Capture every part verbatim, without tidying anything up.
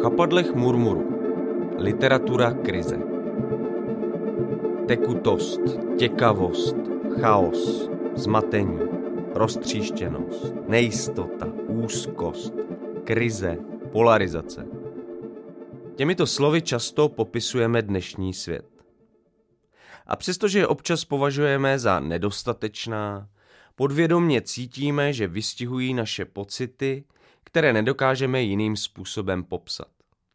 chapadlech murmuru. Literatura krize. Tekutost, těkavost, chaos, zmatení, roztříštěnost, nejistota, úzkost, krize, polarizace. Těmito slovy často popisujeme dnešní svět. A přestože je občas považujeme za nedostatečná, podvědomě cítíme, že vystihují naše pocity, které nedokážeme jiným způsobem popsat.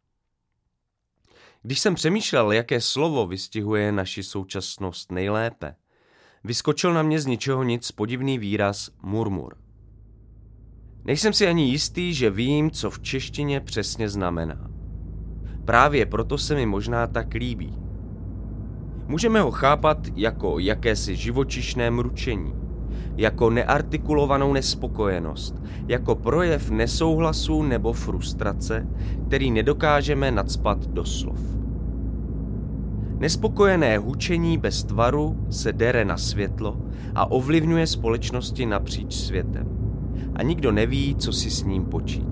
Když jsem přemýšlel, jaké slovo vystihuje naši současnost nejlépe, vyskočil na mě z ničeho nic podivný výraz murmur. Nejsem si ani jistý, že vím, co v češtině přesně znamená. Právě proto se mi možná tak líbí. Můžeme ho chápat jako jakési živočišné mručení, jako neartikulovanou nespokojenost, jako projev nesouhlasu nebo frustrace, který nedokážeme nacpat do slov. Nespokojené hučení bez tvaru se dere na světlo a ovlivňuje společnosti napříč světem. A nikdo neví, co si s ním počít.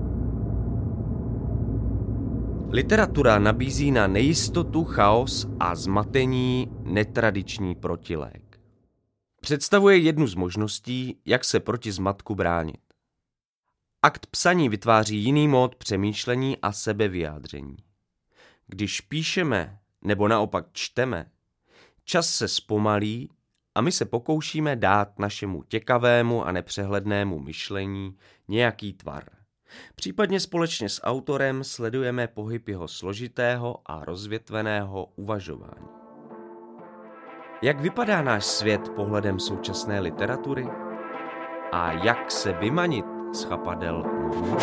Literatura nabízí na nejistotu, chaos a zmatení netradiční protilék. Představuje jednu z možností, jak se proti zmatku bránit. Akt psaní vytváří jiný mód přemýšlení a sebevyjádření. Když píšeme nebo naopak čteme, čas se zpomalí a my se pokoušíme dát našemu těkavému a nepřehlednému myšlení nějaký tvar. Případně společně s autorem sledujeme pohyb jeho složitého a rozvětveného uvažování. Jak vypadá náš svět pohledem současné literatury? A jak se vymanit z chapadel murmuru?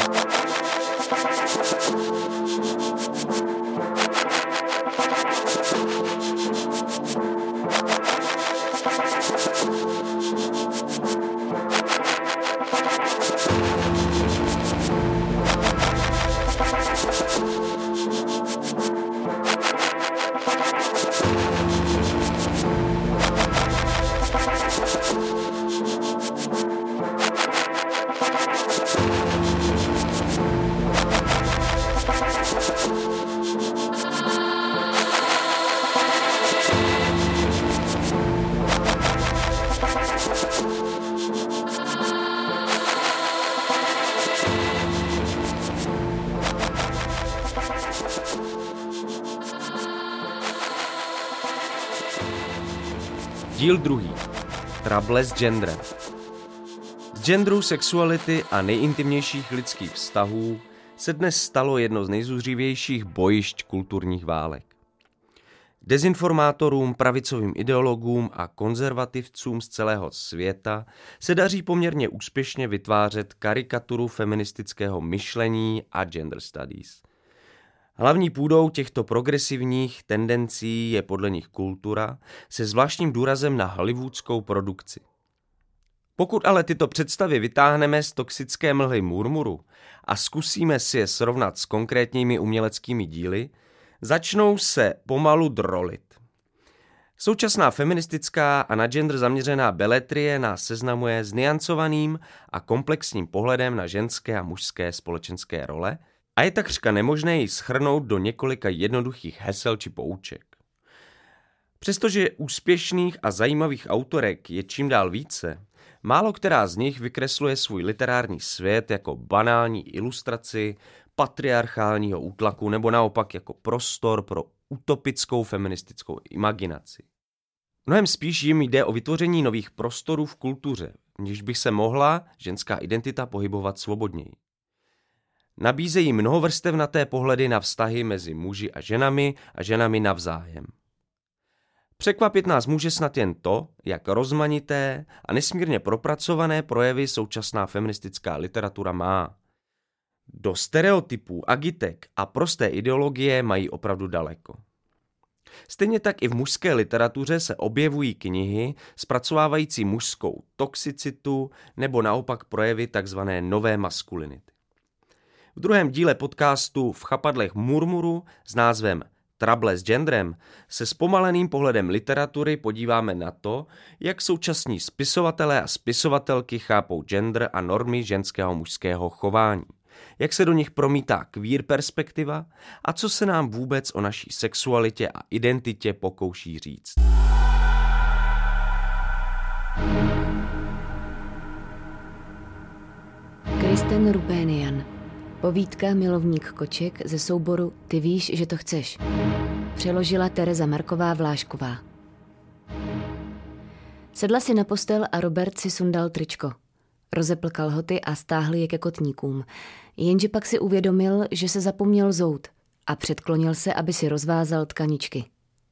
Díl druhý. Trable s genderem. Z genderu, sexuality a nejintimnějších lidských vztahů se dnes stalo jedno z nejzuřivějších bojišť kulturních válek. Dezinformátorům, pravicovým ideologům a konzervativcům z celého světa se daří poměrně úspěšně vytvářet karikaturu feministického myšlení a gender studies. Hlavní půdou těchto progresivních tendencí je podle nich kultura se zvláštním důrazem na hollywoodskou produkci. Pokud ale tyto představy vytáhneme z toxické mlhy murmuru a zkusíme si je srovnat s konkrétními uměleckými díly, začnou se pomalu drolit. Současná feministická a na gender zaměřená beletrie nás seznamuje s nuancovaným a komplexním pohledem na ženské a mužské společenské role, a je takřka nemožné ji shrnout do několika jednoduchých hesel či pouček. Přestože úspěšných a zajímavých autorek je čím dál více, málo která z nich vykresluje svůj literární svět jako banální ilustraci patriarchálního útlaku nebo naopak jako prostor pro utopickou feministickou imaginaci. Mnohem spíš jim jde o vytvoření nových prostorů v kultuře, v nichž by se mohla ženská identita pohybovat svobodněji. Nabízejí mnohovrstevnaté pohledy na vztahy mezi muži a ženami a ženami navzájem. Překvapit nás může snad jen to, jak rozmanité a nesmírně propracované projevy současná feministická literatura má. Do stereotypů, agitek a prosté ideologie mají opravdu daleko. Stejně tak i v mužské literatuře se objevují knihy zpracovávající mužskou toxicitu nebo naopak projevy tzv. Nové maskulinity. V druhém díle podcastu V chapadlech murmuru s názvem Trable s genderem se zpomaleným pohledem literatury podíváme na to, jak současní spisovatelé a spisovatelky chápou gender a normy ženského mužského chování. jak se do nich promítá queer perspektiva a co se nám vůbec o naší sexualitě a identitě pokouší říct. Kristen Roupenian. Povídka Milovník koček ze souboru Ty víš, že to chceš. Přeložila Tereza Marková Vlášková. Sedla si na postel a Robert si sundal tričko. Rozepl kalhoty a stáhl je ke kotníkům. Jenže pak si uvědomil, že se zapomněl zout a předklonil se, aby si rozvázal tkaničky.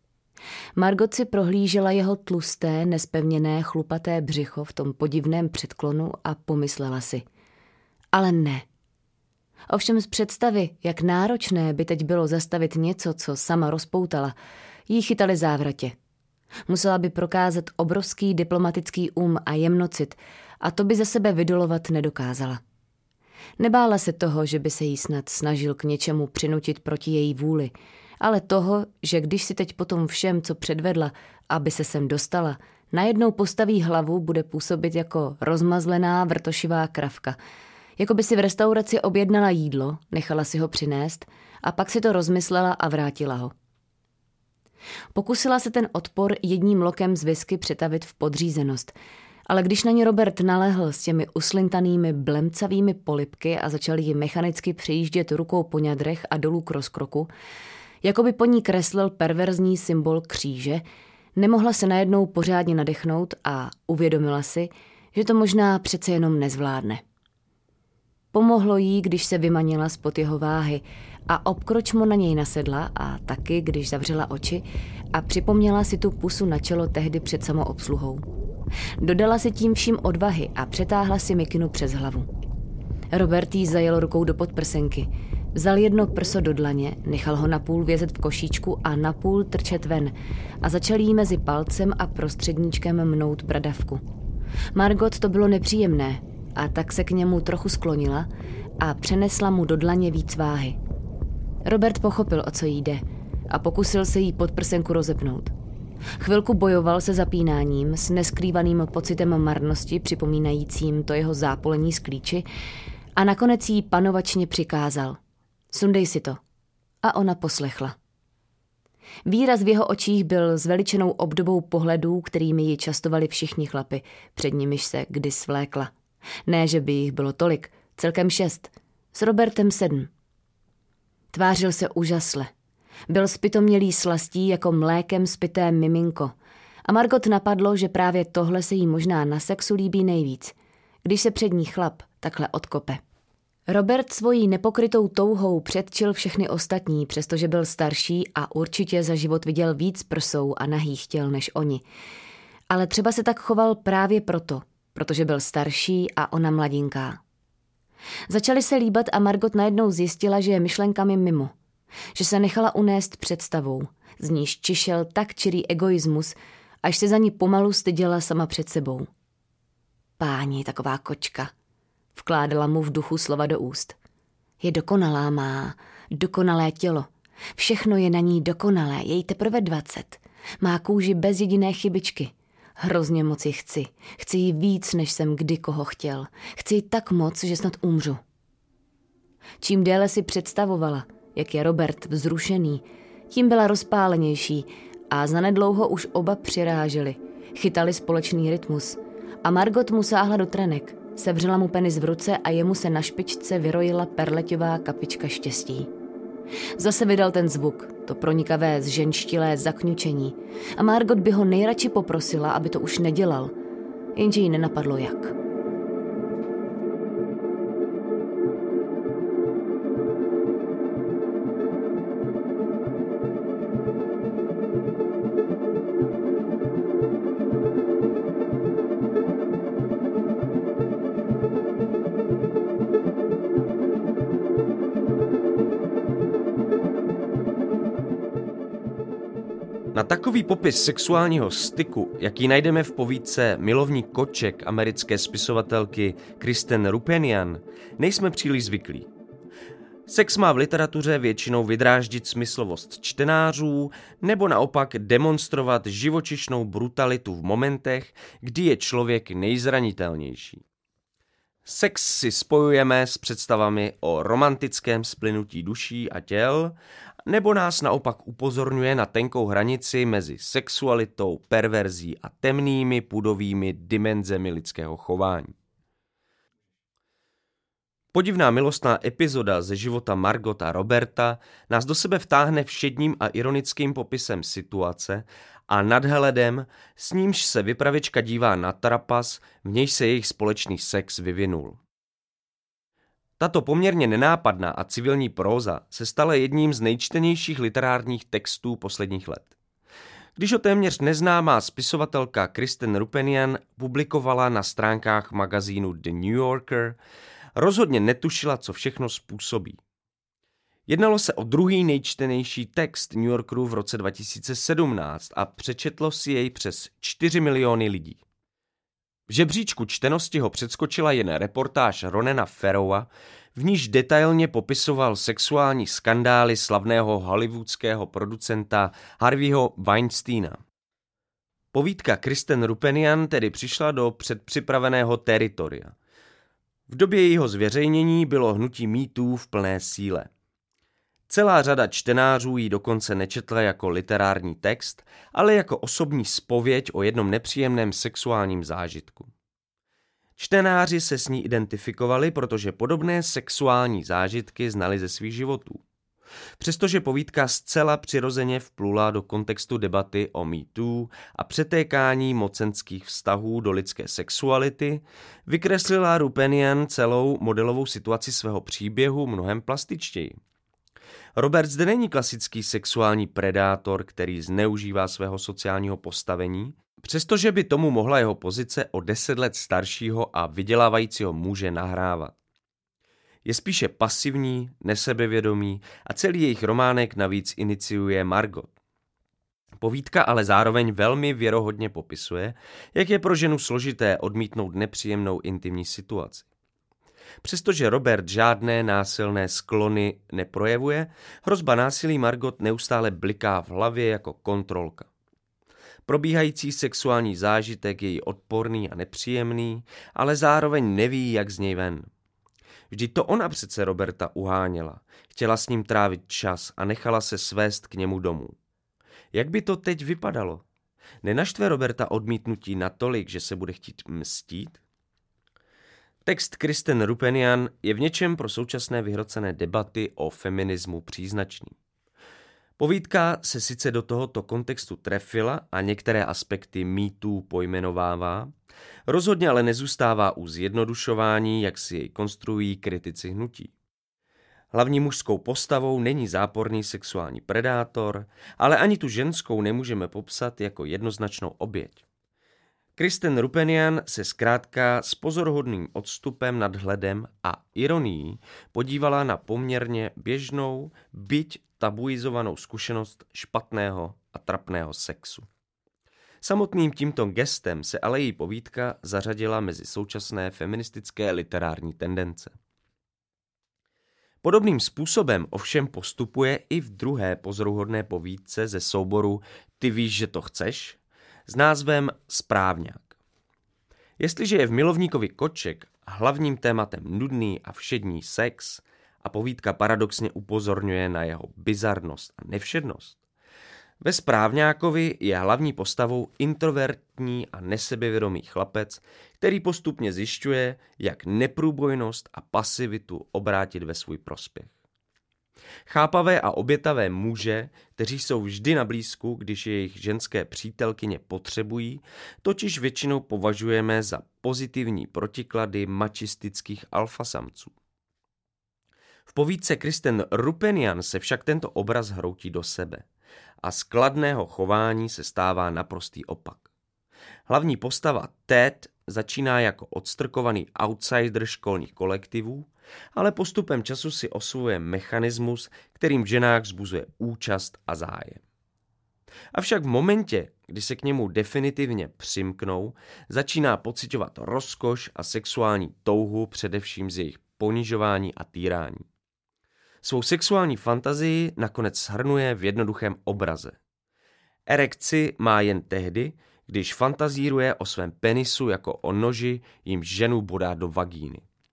Margot si prohlížela jeho tlusté, nespevněné, chlupaté břicho v tom podivném předklonu a pomyslela si. Ale ne. Ovšem z představy, jak náročné by teď bylo zastavit něco, co sama rozpoutala, jí chytali závratě. Musela by prokázat obrovský diplomatický um a jemnocit a to by ze sebe vydolovat nedokázala. Nebála se toho, že by se jí snad snažil k něčemu přinutit proti její vůli, ale toho, že když si teď po tom všem, co předvedla, aby se sem dostala, najednou postaví hlavu, bude působit jako rozmazlená vrtošivá kravka. Jako by si v restauraci objednala jídlo, nechala si ho přinést a pak si to rozmyslela a vrátila ho. Pokusila se ten odpor jedním lokem z whisky přetavit v podřízenost, ale když na ní Robert nalehl s těmi uslintanými blemcavými polibky a začal ji mechanicky přejíždět rukou po ňadrech a dolů k rozkroku, jako by po ní kreslil perverzní symbol kříže, nemohla se najednou pořádně nadechnout a uvědomila si, že to možná přece jenom nezvládne. Pomohlo jí, když se vymanila spod jeho váhy a obkročmo na něj nasedla a taky, když zavřela oči a připomněla si tu pusu na čelo tehdy před samoobsluhou. Dodala si tím vším odvahy a přetáhla si mikinu přes hlavu. Robert jí zajel rukou do podprsenky. Vzal jedno prso do dlaně, nechal ho napůl vězet v košíčku a napůl trčet ven a začal jí mezi palcem a prostředníčkem mnout bradavku. Margot to bylo nepříjemné a tak se k němu trochu sklonila a přenesla mu do dlaně víc váhy. Robert pochopil, o co jí jde a pokusil se jí podprsenku rozepnout. Chvilku bojoval se zapínáním, s neskrývaným pocitem marnosti připomínajícím to jeho zápolení z klíči a nakonec jí panovačně přikázal. Sundej si to. A ona poslechla. Výraz v jeho očích byl zveličenou obdobou pohledů, kterými ji častovali všichni chlapi, před nimiž se kdy svlékla. Ne, že by jich bylo tolik, celkem šest, s Robertem sedm. Tvářil se úžasle. Byl zpytomělý slastí jako mlékem spité miminko. A Margot napadlo, že právě tohle se jí možná na sexu líbí nejvíc, když se před ní chlap takhle odkope. Robert svojí nepokrytou touhou předčil všechny ostatní, přestože byl starší a určitě za život viděl víc prsou a nahých těl než oni. Ale třeba se tak choval právě proto, protože byl starší a ona mladinká. Začali se líbat a Margot najednou zjistila, že je myšlenkami mimo. Že se nechala unést představou, z níž čišel tak čirý egoismus, až se za ní pomalu styděla sama před sebou. Páni, taková kočka, vkládala mu v duchu slova do úst. Je dokonalá, má dokonalé tělo. Všechno je na ní dokonalé, je jí teprve dvacet. Má kůži bez jediné chybičky. Hrozně moc ji chci. Chci jí víc, než jsem kdy koho chtěl. Chci jí tak moc, že snad umřu. Čím déle si představovala, jak je Robert vzrušený, tím byla rozpálenější a zanedlouho už oba přiráželi. Chytali společný rytmus a Margot mu sáhla do trenek. Sevřela mu penis v ruce a jemu se na špičce vyrojila perleťová kapička štěstí. Zase vydal ten zvuk, to pronikavé zženštilé zakňučení a Margot by ho nejradši poprosila, aby to už nedělal, jenže jí nenapadlo jak. Na takový popis sexuálního styku, jaký najdeme v povídce Milovník koček americké spisovatelky Kristen Roupenian, nejsme příliš zvyklí. Sex má v literatuře většinou vydráždit smyslovost čtenářů nebo naopak demonstrovat živočišnou brutalitu v momentech, kdy je člověk nejzranitelnější. Sex si spojujeme s představami o romantickém splynutí duší a těl, nebo nás naopak upozorňuje na tenkou hranici mezi sexualitou, perverzí a temnými pudovými dimenzemi lidského chování. Podivná milostná epizoda ze života Margot a Roberta nás do sebe vtáhne všedním a ironickým popisem situace a nadhledem, s nímž se vypravěčka dívá na trapas, v nějž se jejich společný sex vyvinul. Tato poměrně nenápadná a civilní próza se stala jedním z nejčtenějších literárních textů posledních let. Když ho téměř neznámá spisovatelka Kristen Roupenian publikovala na stránkách magazínu The New Yorker, rozhodně netušila, co všechno způsobí. Jednalo se o druhý nejčtenější text New Yorkeru v roce dva tisíce sedmnáct a přečetlo si jej přes čtyři miliony lidí. V žebříčku čtenosti ho předskočila jen reportáž Ronana Farrowa, v níž detailně popisoval sexuální skandály slavného hollywoodského producenta Harveyho Weinsteina. Povídka Kristen Roupenian tedy přišla do předpřipraveného teritoria. V době jejího zveřejnění bylo hnutí Me Too v plné síle. Celá řada čtenářů ji dokonce nečetla jako literární text, ale jako osobní zpověď o jednom nepříjemném sexuálním zážitku. Čtenáři se s ní identifikovali, protože podobné sexuální zážitky znali ze svých životů. Přestože povídka zcela přirozeně vplula do kontextu debaty o Me Too a přetékání mocenských vztahů do lidské sexuality, vykreslila Roupenian celou modelovou situaci svého příběhu mnohem plastičtěji. Robert zde není klasický sexuální predátor, který zneužívá svého sociálního postavení, přestože by tomu mohla jeho pozice o deset let staršího a vydělávajícího muže nahrávat. Je spíše pasivní, nesebevědomý a celý jejich románek navíc iniciuje Margot. Povídka ale zároveň velmi věrohodně popisuje, jak je pro ženu složité odmítnout nepříjemnou intimní situaci. Přestože Robert žádné násilné sklony neprojevuje, hrozba násilí Margot neustále bliká v hlavě jako kontrolka. Probíhající sexuální zážitek je jí odporný a nepříjemný, ale zároveň neví, jak z něj ven. Vždyť to ona přece Roberta uháněla, chtěla s ním trávit čas a nechala se svést k němu domů. Jak by to teď vypadalo? Nenaštve Roberta odmítnutí natolik, že se bude chtít mstít? Text Kristen Roupenian je v něčem pro současné vyhrocené debaty o feminismu příznačný. Povídka se sice do tohoto kontextu trefila a některé aspekty Me Too pojmenovává, rozhodně ale nezůstává u zjednodušování, jak si jej konstruují kritici hnutí. Hlavní mužskou postavou není záporný sexuální predátor, ale ani tu ženskou nemůžeme popsat jako jednoznačnou oběť. Kristen Roupenian se zkrátka s pozoruhodným odstupem, nadhledem a ironií podívala na poměrně běžnou, byť tabuizovanou zkušenost špatného a trapného sexu. Samotným tímto gestem se ale její povídka zařadila mezi současné feministické literární tendence. Podobným způsobem ovšem postupuje i v druhé pozoruhodné povídce ze souboru Ty víš, že to chceš? S názvem Správňák. Jestliže je v Milovníkovi koček hlavním tématem nudný a všední sex a povídka paradoxně upozorňuje na jeho bizarnost a nevšednost, ve Správňákovi je hlavní postavou introvertní a nesebevědomý chlapec, který postupně zjišťuje, jak neprůbojnost a pasivitu obrátit ve svůj prospěch. Chápavé a obětavé muže, kteří jsou vždy na blízku, když je jejich ženské přítelkyně potřebují, totiž většinou považujeme za pozitivní protiklady mačistických alfasamců. V povídce Kristen Roupenian se však tento obraz hroutí do sebe a z kladného chování se stává naprostý opak. Hlavní postava Ted začíná jako odstrkovaný outsider školních kolektivů, ale postupem času si osvojuje mechanismus, kterým v ženách vzbuzuje účast a zájem. Avšak v momentě, kdy se k němu definitivně přimknou, začíná pociťovat rozkoš a sexuální touhu především z jejich ponižování a týrání. Svou sexuální fantazii nakonec shrnuje v jednoduchém obraze. Erekci má jen tehdy, když fantazíruje o svém penisu jako o noži, jim ženu bodá do vagíny.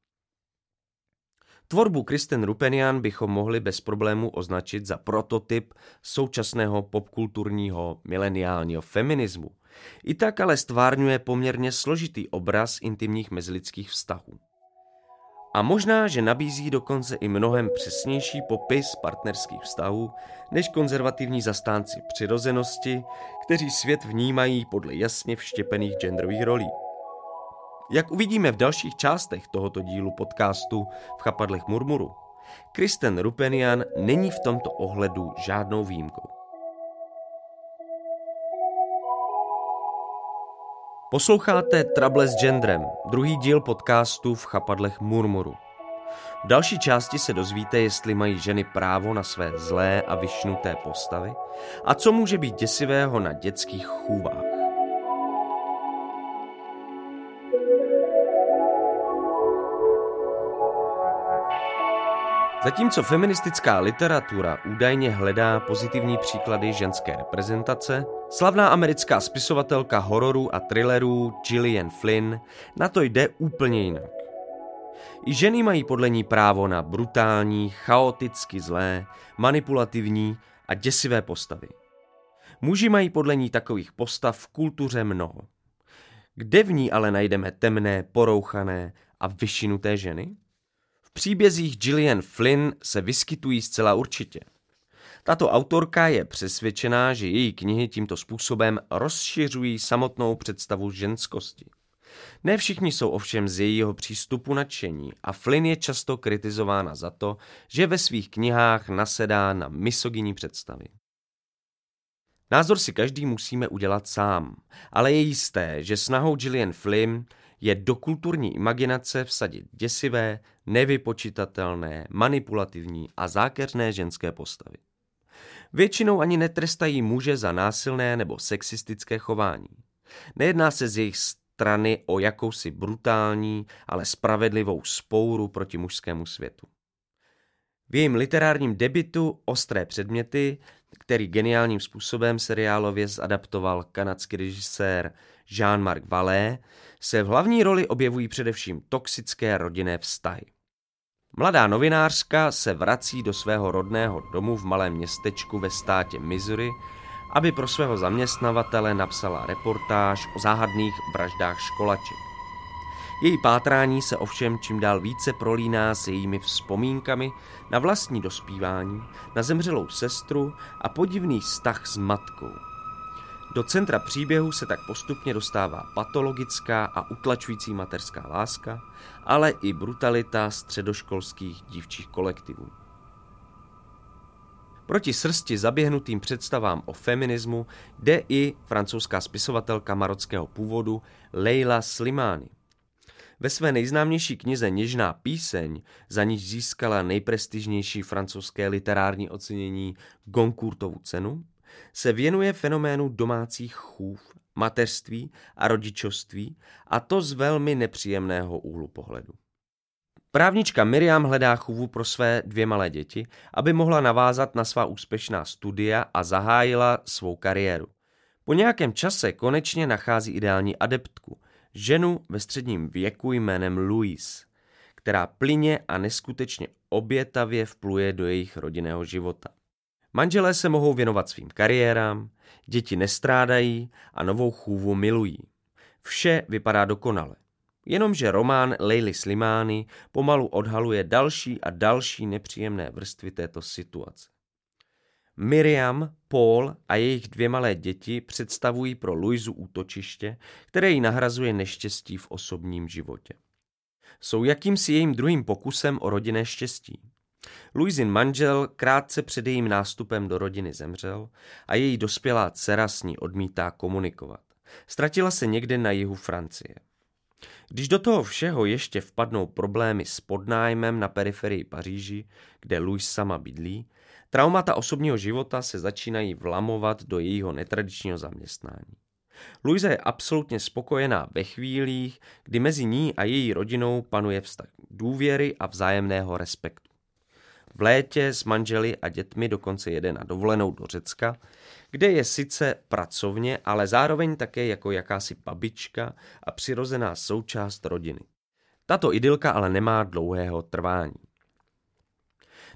Tvorbu Kristen Roupenian bychom mohli bez problému označit za prototyp současného popkulturního mileniálního feminismu. I tak ale stvárňuje poměrně složitý obraz intimních mezilidských vztahů. A možná, že nabízí dokonce i mnohem přesnější popis partnerských vztahů než konzervativní zastánci přirozenosti, kteří svět vnímají podle jasně vštěpených genderových rolí. Jak uvidíme v dalších částech tohoto dílu podcastu V chapadlech murmuru, Kristen Roupenian není v tomto ohledu žádnou výjimkou. Posloucháte Trouble s genderem, druhý díl podcastu V chapadlech murmuru. V další části se dozvíte, jestli mají ženy právo na své zlé a vyšnuté postavy a co může být děsivého na dětských chůvách. Zatímco feministická literatura údajně hledá pozitivní příklady ženské reprezentace, slavná americká spisovatelka hororů a thrillerů Gillian Flynn na to jde úplně jinak. I ženy mají podle ní právo na brutální, chaoticky zlé, manipulativní a děsivé postavy. Muži mají podle ní takových postav v kultuře mnoho. Kde v ní ale najdeme temné, porouchané a vyšinuté ženy? V příbězích Gillian Flynn se vyskytují zcela určitě. Tato autorka je přesvědčená, že její knihy tímto způsobem rozšiřují samotnou představu ženskosti. Ne všichni jsou ovšem z jejího přístupu nadšení a Flynn je často kritizována za to, že ve svých knihách nasedá na misogynní představy. Názor si každý musíme udělat sám, ale je jisté, že snahou Gillian Flynn je do kulturní imaginace vsadit děsivé, nevypočitatelné, manipulativní a zákeřné ženské postavy. Většinou ani netrestají muže za násilné nebo sexistické chování. Nejedná se z jejich strany o jakousi brutální, ale spravedlivou vzpouru proti mužskému světu. V jejím literárním debutu Ostré předměty, který geniálním způsobem seriálově zadaptoval kanadský režisér Jean-Marc Vallée, se v hlavní roli objevují především toxické rodinné vztahy. Mladá novinářka se vrací do svého rodného domu v malém městečku ve státě Missouri, aby pro svého zaměstnavatele napsala reportáž o záhadných vraždách školaček. Její pátrání se ovšem čím dál více prolíná s jejími vzpomínkami na vlastní dospívání, na zemřelou sestru a podivný vztah s matkou. Do centra příběhu se tak postupně dostává patologická a utlačující mateřská láska, ale i brutalita středoškolských dívčích kolektivů. Proti srsti zaběhnutým představám o feminismu jde i francouzská spisovatelka marockého původu Leila Slimani. Ve své nejznámější knize Něžná píseň, za níž získala nejprestižnější francouzské literární ocenění Goncourtovu cenu, se věnuje fenoménu domácích chův, mateřství a rodičovství, a to z velmi nepříjemného úhlu pohledu. Právnička Miriam hledá chůvu pro své dvě malé děti, aby mohla navázat na svá úspěšná studia a zahájila svou kariéru. Po nějakém čase konečně nachází ideální adeptku, ženu ve středním věku jménem Louise, která plyně a neskutečně obětavě vpluje do jejich rodinného života. Manželé se mohou věnovat svým kariérám, děti nestrádají a novou chůvu milují. Vše vypadá dokonale. Jenomže román Leily Slimani pomalu odhaluje další a další nepříjemné vrstvy této situace. Miriam, Paul a jejich dvě malé děti představují pro Louisu útočiště, které jí nahrazuje neštěstí v osobním životě. Jsou jakýmsi jejím druhým pokusem o rodinné štěstí. Louisin manžel krátce před jejím nástupem do rodiny zemřel a její dospělá dcera s ní odmítá komunikovat. Ztratila se někde na jihu Francie. Když do toho všeho ještě vpadnou problémy s podnájmem na periferii Paříži, kde Louise sama bydlí, traumata osobního života se začínají vlamovat do jejího netradičního zaměstnání. Louisa je absolutně spokojená ve chvílích, kdy mezi ní a její rodinou panuje vztah důvěry a vzájemného respektu. V létě s manželi a dětmi dokonce jede na dovolenou do Řecka, kde je sice pracovně, ale zároveň také jako jakási babička a přirozená součást rodiny. Tato idylka ale nemá dlouhého trvání.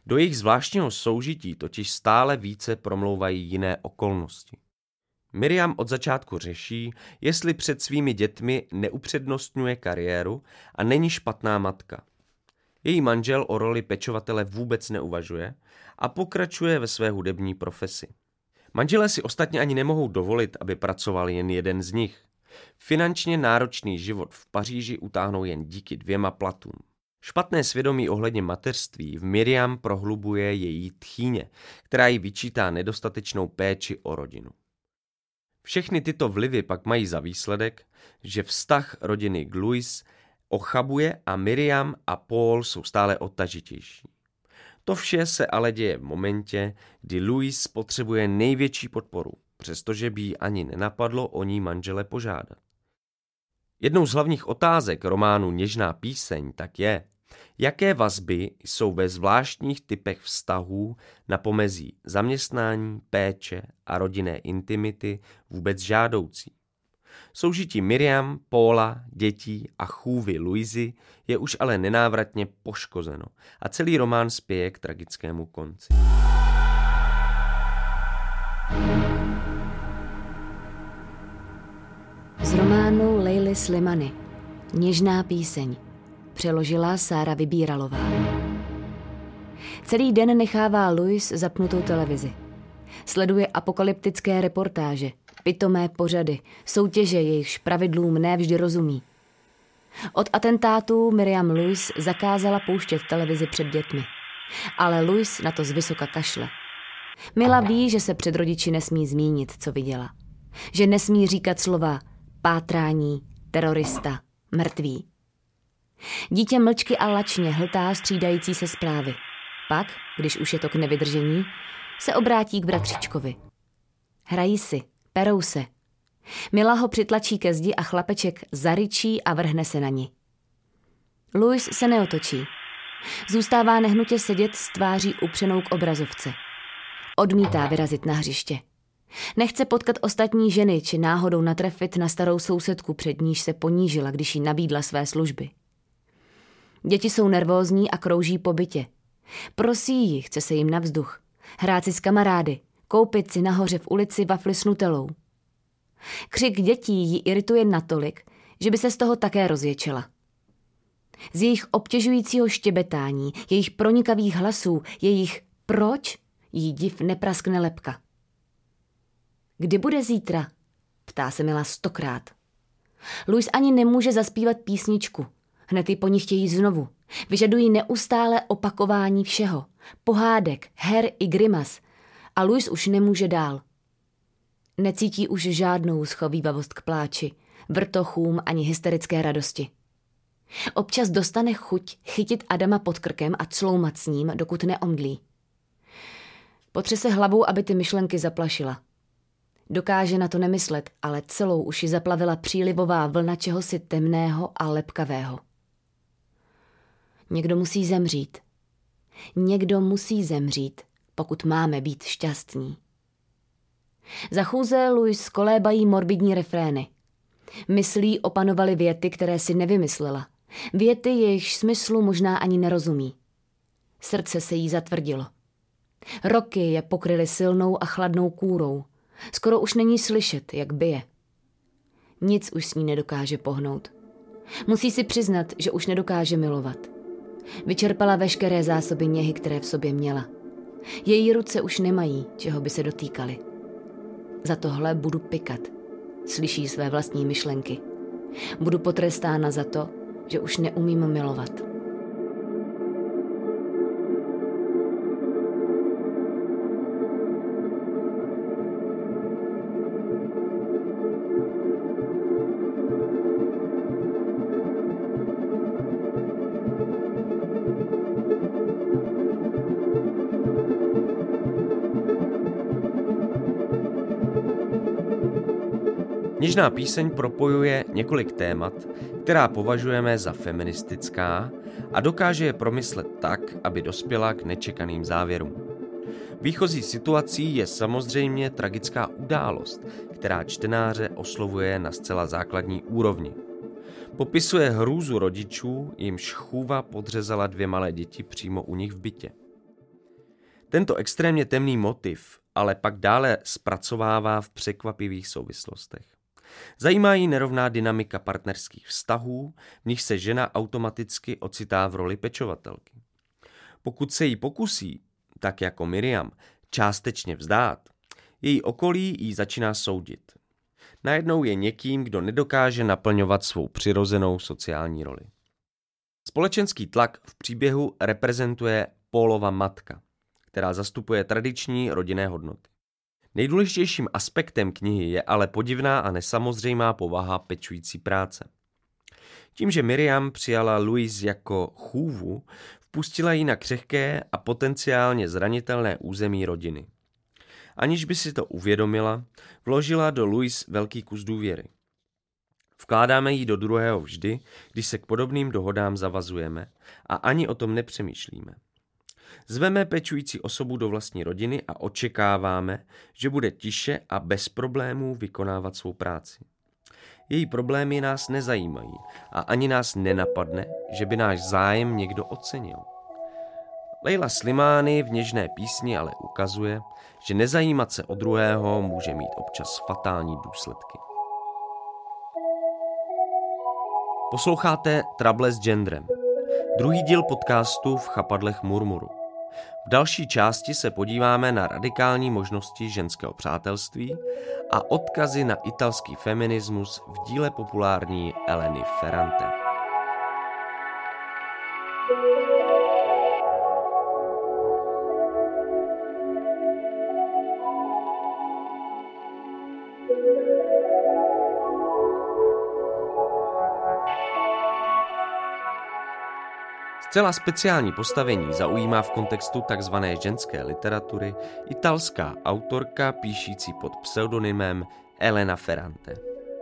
Do jejich zvláštního soužití totiž stále více promlouvají jiné okolnosti. Miriam od začátku řeší, jestli před svými dětmi neupřednostňuje kariéru a není špatná matka. Její manžel o roli pečovatele vůbec neuvažuje a pokračuje ve své hudební profesi. Manželé si ostatně ani nemohou dovolit, aby pracoval jen jeden z nich. Finančně náročný život v Paříži utáhnou jen díky dvěma platům. Špatné svědomí ohledně mateřství v Miriam prohlubuje její tchýně, která jí vyčítá nedostatečnou péči o rodinu. Všechny tyto vlivy pak mají za výsledek, že vztah rodiny k Louise ochabuje a Miriam a Paul jsou stále odtažitější. To vše se ale děje v momentě, kdy Louise potřebuje největší podporu, přestože by jí ani nenapadlo o ní manžele požádat. Jednou z hlavních otázek románu Něžná píseň tak je, jaké vazby jsou ve zvláštních typech vztahů na pomezí zaměstnání, péče a rodinné intimity vůbec žádoucí. Soužití Miriam, Paula, dětí a chůvy Louisy je už ale nenávratně poškozeno a celý román spěje k tragickému konci. Z románu Leily Slimany Něžná píseň přeložila Sára Vybíralová. Celý den nechává Louise zapnutou televizi. Sleduje apokalyptické reportáže, pitomé pořady, soutěže, jejichž pravidlům nevždy rozumí. Od atentátů Miriam Louise zakázala pouštět televizi před dětmi. Ale Louise na to zvysoka kašle. Mila ví, že se před rodiči nesmí zmínit, co viděla. Že nesmí říkat slova pátrání, terorista, mrtvý. Dítě mlčky a lačně hltá střídající se zprávy. Pak, když už je to k nevydržení, se obrátí k bratřičkovi. Hrají si, perou se. Mila ho přitlačí ke zdi a chlapeček zaryčí a vrhne se na ni. Louise se neotočí. Zůstává nehnutě sedět s tváří upřenou k obrazovce. Odmítá vyrazit na hřiště. Nechce potkat ostatní ženy či náhodou natrefit na starou sousedku, před níž se ponížila, když jí nabídla své služby. Děti jsou nervózní a krouží po bytě. Prosí ji, chce se jim na vzduch. Hrát si s kamarády, koupit si nahoře v ulici wafly s nutelou. Křik dětí ji irituje natolik, že by se z toho také rozječela. Z jejich obtěžujícího štěbetání, jejich pronikavých hlasů, jejich proč jí div nepraskne lebka. Kdy bude zítra? Ptá se Mila stokrát. Louise ani nemůže zaspívat písničku. Hned ji po ní chtějí znovu. Vyžadují neustále opakování všeho. Pohádek, her i grimas. A Louise už nemůže dál. Necítí už žádnou schovívavost k pláči, vrtochům ani hysterické radosti. Občas dostane chuť chytit Adama pod krkem a cloumat s ním, dokud neomdlí. Potře se hlavou, aby ty myšlenky zaplašila. Dokáže na to nemyslet, ale celou už ji zaplavila přílivová vlna čehosi temného a lepkavého. Někdo musí zemřít. Někdo musí zemřít, pokud máme být šťastní. Za chůze Louise kolébají morbidní refrény. Myslí opanovaly věty, které si nevymyslela. Věty, jejichž smyslu možná ani nerozumí. Srdce se jí zatvrdilo. Roky je pokryly silnou a chladnou kůrou. Skoro už není slyšet, jak bije. Nic už s ní nedokáže pohnout. Musí si přiznat, že už nedokáže milovat. Vyčerpala veškeré zásoby něhy, které v sobě měla. Její ruce už nemají, čeho by se dotýkaly. Za tohle budu pikat. Slyší své vlastní myšlenky. Budu potrestána za to, že už neumím milovat. Něžná píseň propojuje několik témat, která považujeme za feministická a dokáže je promyslet tak, aby dospěla k nečekaným závěrům. Výchozí situací je samozřejmě tragická událost, která čtenáře oslovuje na zcela základní úrovni. Popisuje hrůzu rodičů, jimž chůva podřezala dvě malé děti přímo u nich v bytě. Tento extrémně temný motiv ale pak dále zpracovává v překvapivých souvislostech. Zajímá jí nerovná dynamika partnerských vztahů, v nich se žena automaticky ocitá v roli pečovatelky. Pokud se jí pokusí, tak jako Miriam, částečně vzdát, její okolí jí začíná soudit. Najednou je někým, kdo nedokáže naplňovat svou přirozenou sociální roli. Společenský tlak v příběhu reprezentuje Paulova matka, která zastupuje tradiční rodinné hodnoty. Nejdůležitějším aspektem knihy je ale podivná a nesamozřejmá povaha pečující práce. Tím, že Miriam přijala Louise jako chůvu, vpustila ji na křehké a potenciálně zranitelné území rodiny. Aniž by si to uvědomila, vložila do Louise velký kus důvěry. Vkládáme ji do druhého vždy, když se k podobným dohodám zavazujeme a ani o tom nepřemýšlíme. Zveme pečující osobu do vlastní rodiny a očekáváme, že bude tiše a bez problémů vykonávat svou práci. Její problémy nás nezajímají a ani nás nenapadne, že by náš zájem někdo ocenil. Leila Slimani v něžné písni ale ukazuje, že nezajímat se o druhého může mít občas fatální důsledky. Posloucháte Trouble s genderem, druhý díl podcastu V chapadlech murmuru. V další části se podíváme na radikální možnosti ženského přátelství a odkazy na italský feminismus v díle populární Eleny Ferrante. Zcela speciální postavení zaujímá v kontextu tzv. Ženské literatury italská autorka píšící pod pseudonymem Elena Ferrante.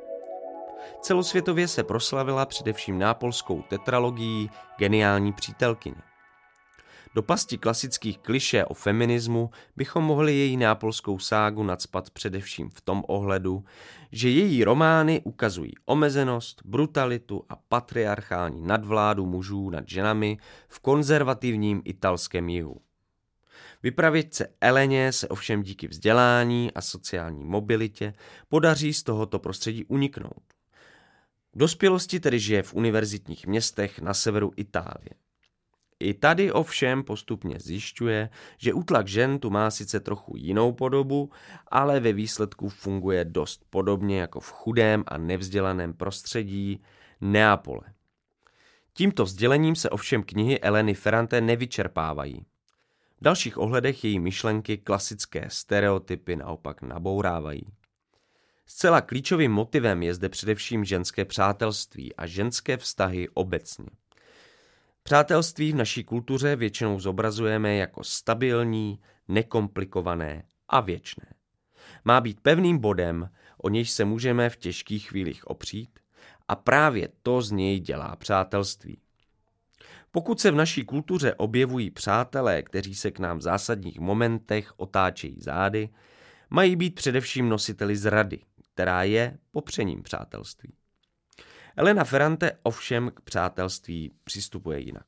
Celosvětově se proslavila především nápolskou tetralogií Geniální přítelkyně. Do pasti klasických klišé o feminismu bychom mohli její nápolskou ságu nacpat především v tom ohledu, že její romány ukazují omezenost, brutalitu a patriarchální nadvládu mužů nad ženami v konzervativním italském jihu. Vypravěčce Eleně se ovšem díky vzdělání a sociální mobilitě podaří z tohoto prostředí uniknout. V dospělosti tedy žije v univerzitních městech na severu Itálie. I tady ovšem postupně zjišťuje, že útlak žen tu má sice trochu jinou podobu, ale ve výsledku funguje dost podobně jako v chudém a nevzdělaném prostředí Neapole. Tímto vzdělením se ovšem knihy Eleny Ferrante nevyčerpávají. V dalších ohledech její myšlenky klasické stereotypy naopak nabourávají. Zcela klíčovým motivem je zde především ženské přátelství a ženské vztahy obecně. Přátelství v naší kultuře většinou zobrazujeme jako stabilní, nekomplikované a věčné. Má být pevným bodem, o nějž se můžeme v těžkých chvílích opřít, a právě to z něj dělá přátelství. Pokud se v naší kultuře objevují přátelé, kteří se k nám v zásadních momentech otáčejí zády, mají být především nositeli zrady, která je popřením přátelství. Elena Ferrante ovšem k přátelství přistupuje jinak.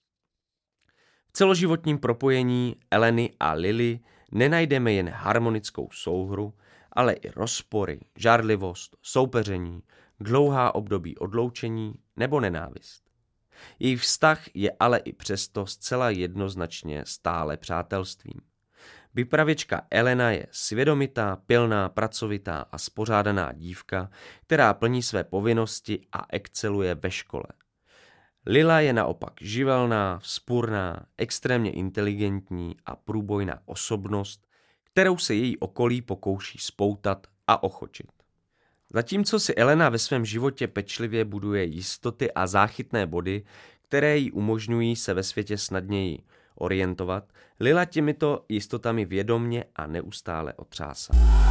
V celoživotním propojení Eleny a Lily nenajdeme jen harmonickou souhru, ale i rozpory, žárlivost, soupeření, dlouhá období odloučení nebo nenávist. Její vztah je ale i přesto zcela jednoznačně stále přátelstvím. Vypravěčka Elena je svědomitá, pilná, pracovitá a spořádaná dívka, která plní své povinnosti a exceluje ve škole. Lila je naopak živelná, vzpurná, extrémně inteligentní a průbojná osobnost, kterou se její okolí pokouší spoutat a ochočit. Zatímco si Elena ve svém životě pečlivě buduje jistoty a záchytné body, které jí umožňují se ve světě snadněji orientovat, Lila těmito jistotami vědomně a neustále otřásá.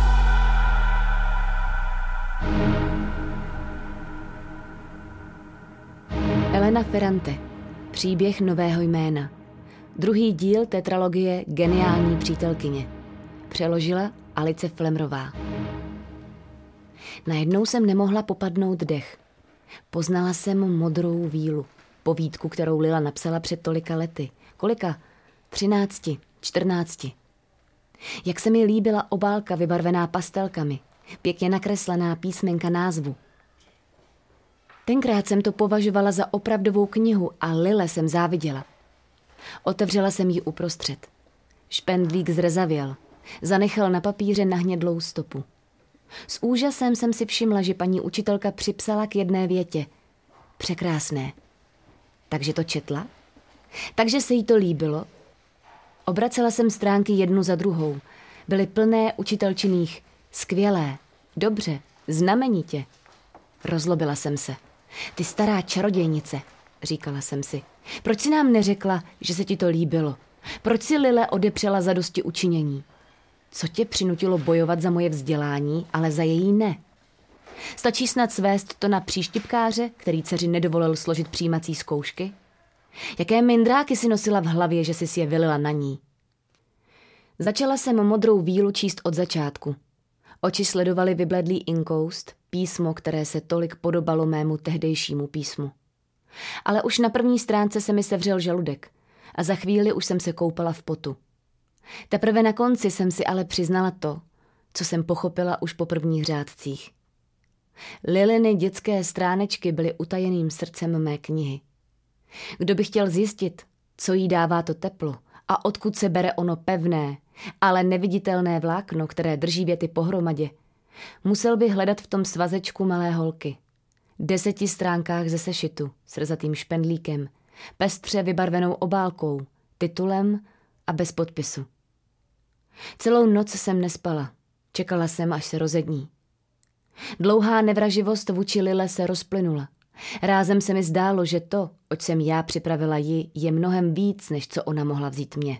Elena Ferrante. Příběh nového jména. Druhý díl tetralogie Geniální přítelkyně. Přeložila Alice Flemrová. Najednou jsem nemohla popadnout dech. Poznala jsem Modrou vílu. Povídku, kterou Lila napsala před tolika lety. Kolika? Třinácti, čtrnácti. Jak se mi líbila obálka vybarvená pastelkami, pěkně nakreslená písmenka názvu. Tenkrát jsem to považovala za opravdovou knihu a Lile jsem záviděla. Otevřela jsem ji uprostřed. Špendlík zrezavěl. Zanechal na papíře nahnědlou stopu. S úžasem jsem si všimla, že paní učitelka připsala k jedné větě. Překrásné. Takže to četla? Takže se jí to líbilo? Obracela jsem stránky jednu za druhou. Byly plné učitelčiných. Skvělé. Dobře. Znamenitě. Rozlobila jsem se. Ty stará čarodějnice, říkala jsem si. Proč si nám neřekla, že se ti to líbilo? Proč si Lile odepřela zadosti učinění? Co tě přinutilo bojovat za moje vzdělání, ale za její ne? Stačí snad svést to na příštipkáře, který dceři nedovolil složit přijímací zkoušky? Jaké mindráky si nosila v hlavě, že jsi si je vylila na ní? Začala jsem modrou vílu číst od začátku. Oči sledovaly vybledlý inkoust, písmo, které se tolik podobalo mému tehdejšímu písmu. Ale už na první stránce se mi sevřel žaludek a za chvíli už jsem se koupala v potu. Teprve na konci jsem si ale přiznala to, co jsem pochopila už po prvních řádcích. Liliny dětské stránečky byly utajeným srdcem mé knihy. Kdo by chtěl zjistit, co jí dává to teplo a odkud se bere ono pevné, ale neviditelné vlákno, které drží věty pohromadě, musel by hledat v tom svazečku malé holky. Deseti stránkách ze sešitu s rzatým špendlíkem, pestře vybarvenou obálkou, titulem a bez podpisu. Celou noc jsem nespala. Čekala jsem, až se rozední. Dlouhá nevraživost vůči Lile se rozplynula. Rázem se mi zdálo, že to, oč jsem já připravila ji, je mnohem víc, než co ona mohla vzít mě.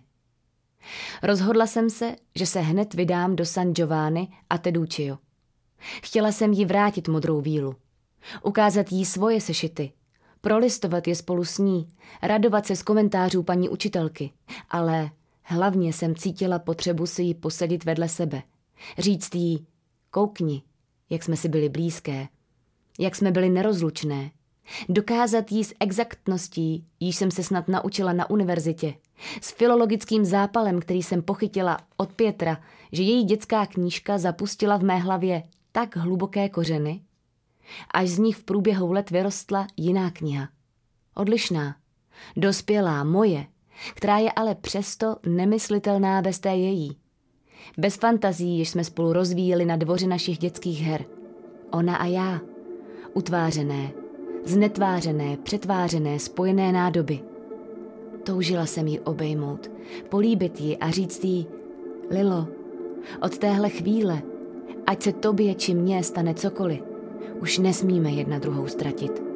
Rozhodla jsem se, že se hned vydám do San Giovanni a Teduccio. Chtěla jsem jí vrátit modrou vílu. Ukázat jí svoje sešity. Prolistovat je spolu s ní. Radovat se z komentářů paní učitelky. Ale hlavně jsem cítila potřebu si ji posadit vedle sebe. Říct jí, koukni, jak jsme si byli blízké. Jak jsme byli nerozlučné. Dokázat jí s exaktností, jíž jsem se snad naučila na univerzitě. S filologickým zápalem, který jsem pochytila od Pětra, že její dětská knížka zapustila v mé hlavě tak hluboké kořeny, až z nich v průběhu let vyrostla jiná kniha. Odlišná, dospělá, moje, která je ale přesto nemyslitelná bez té její. Bez fantazí, jež jsme spolu rozvíjeli na dvoře našich dětských her. Ona a já. Utvářené, znetvářené, přetvářené, spojené nádoby. Toužila jsem ji obejmout, políbit ji a říct jí, Lilo, od téhle chvíle, ať se tobě či mně stane cokoliv, už nesmíme jedna druhou ztratit.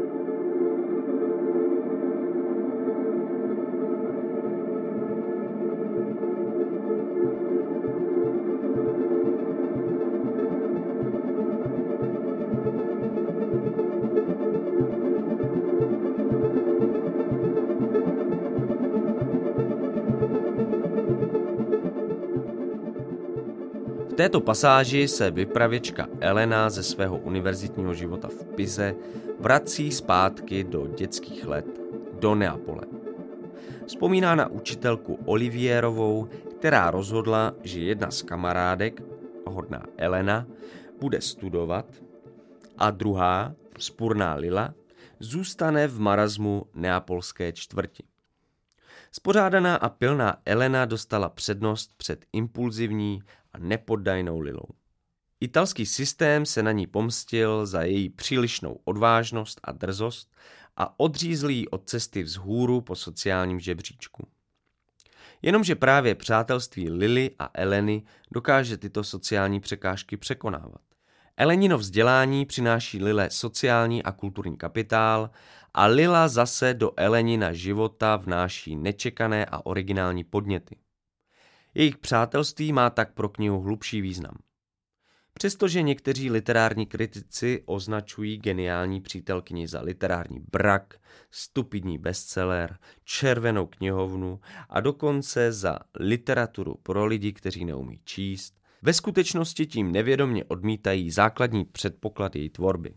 V této pasáži se vypravěčka Elena ze svého univerzitního života v Pize vrací zpátky do dětských let, do Neapole. Vzpomíná na učitelku Olivierovou, která rozhodla, že jedna z kamarádek, hodná Elena, bude studovat a druhá, vzpurná Lila, zůstane v marazmu neapolské čtvrti. Spořádaná a pilná Elena dostala přednost před impulzivní a nepoddajnou Lilou. Italský systém se na ní pomstil za její přílišnou odvážnost a drzost a odřízl ji od cesty vzhůru po sociálním žebříčku. Jenomže právě přátelství Lily a Eleny dokáže tyto sociální překážky překonávat. Elenino vzdělání přináší Lile sociální a kulturní kapitál a Lila zase do Elenina života vnáší nečekané a originální podněty. Jejich přátelství má tak pro knihu hlubší význam. Přestože někteří literární kritici označují geniální přítelkyni za literární brak, stupidní bestseller, červenou knihovnu a dokonce za literaturu pro lidi, kteří neumí číst, ve skutečnosti tím nevědomě odmítají základní předpoklad její tvorby.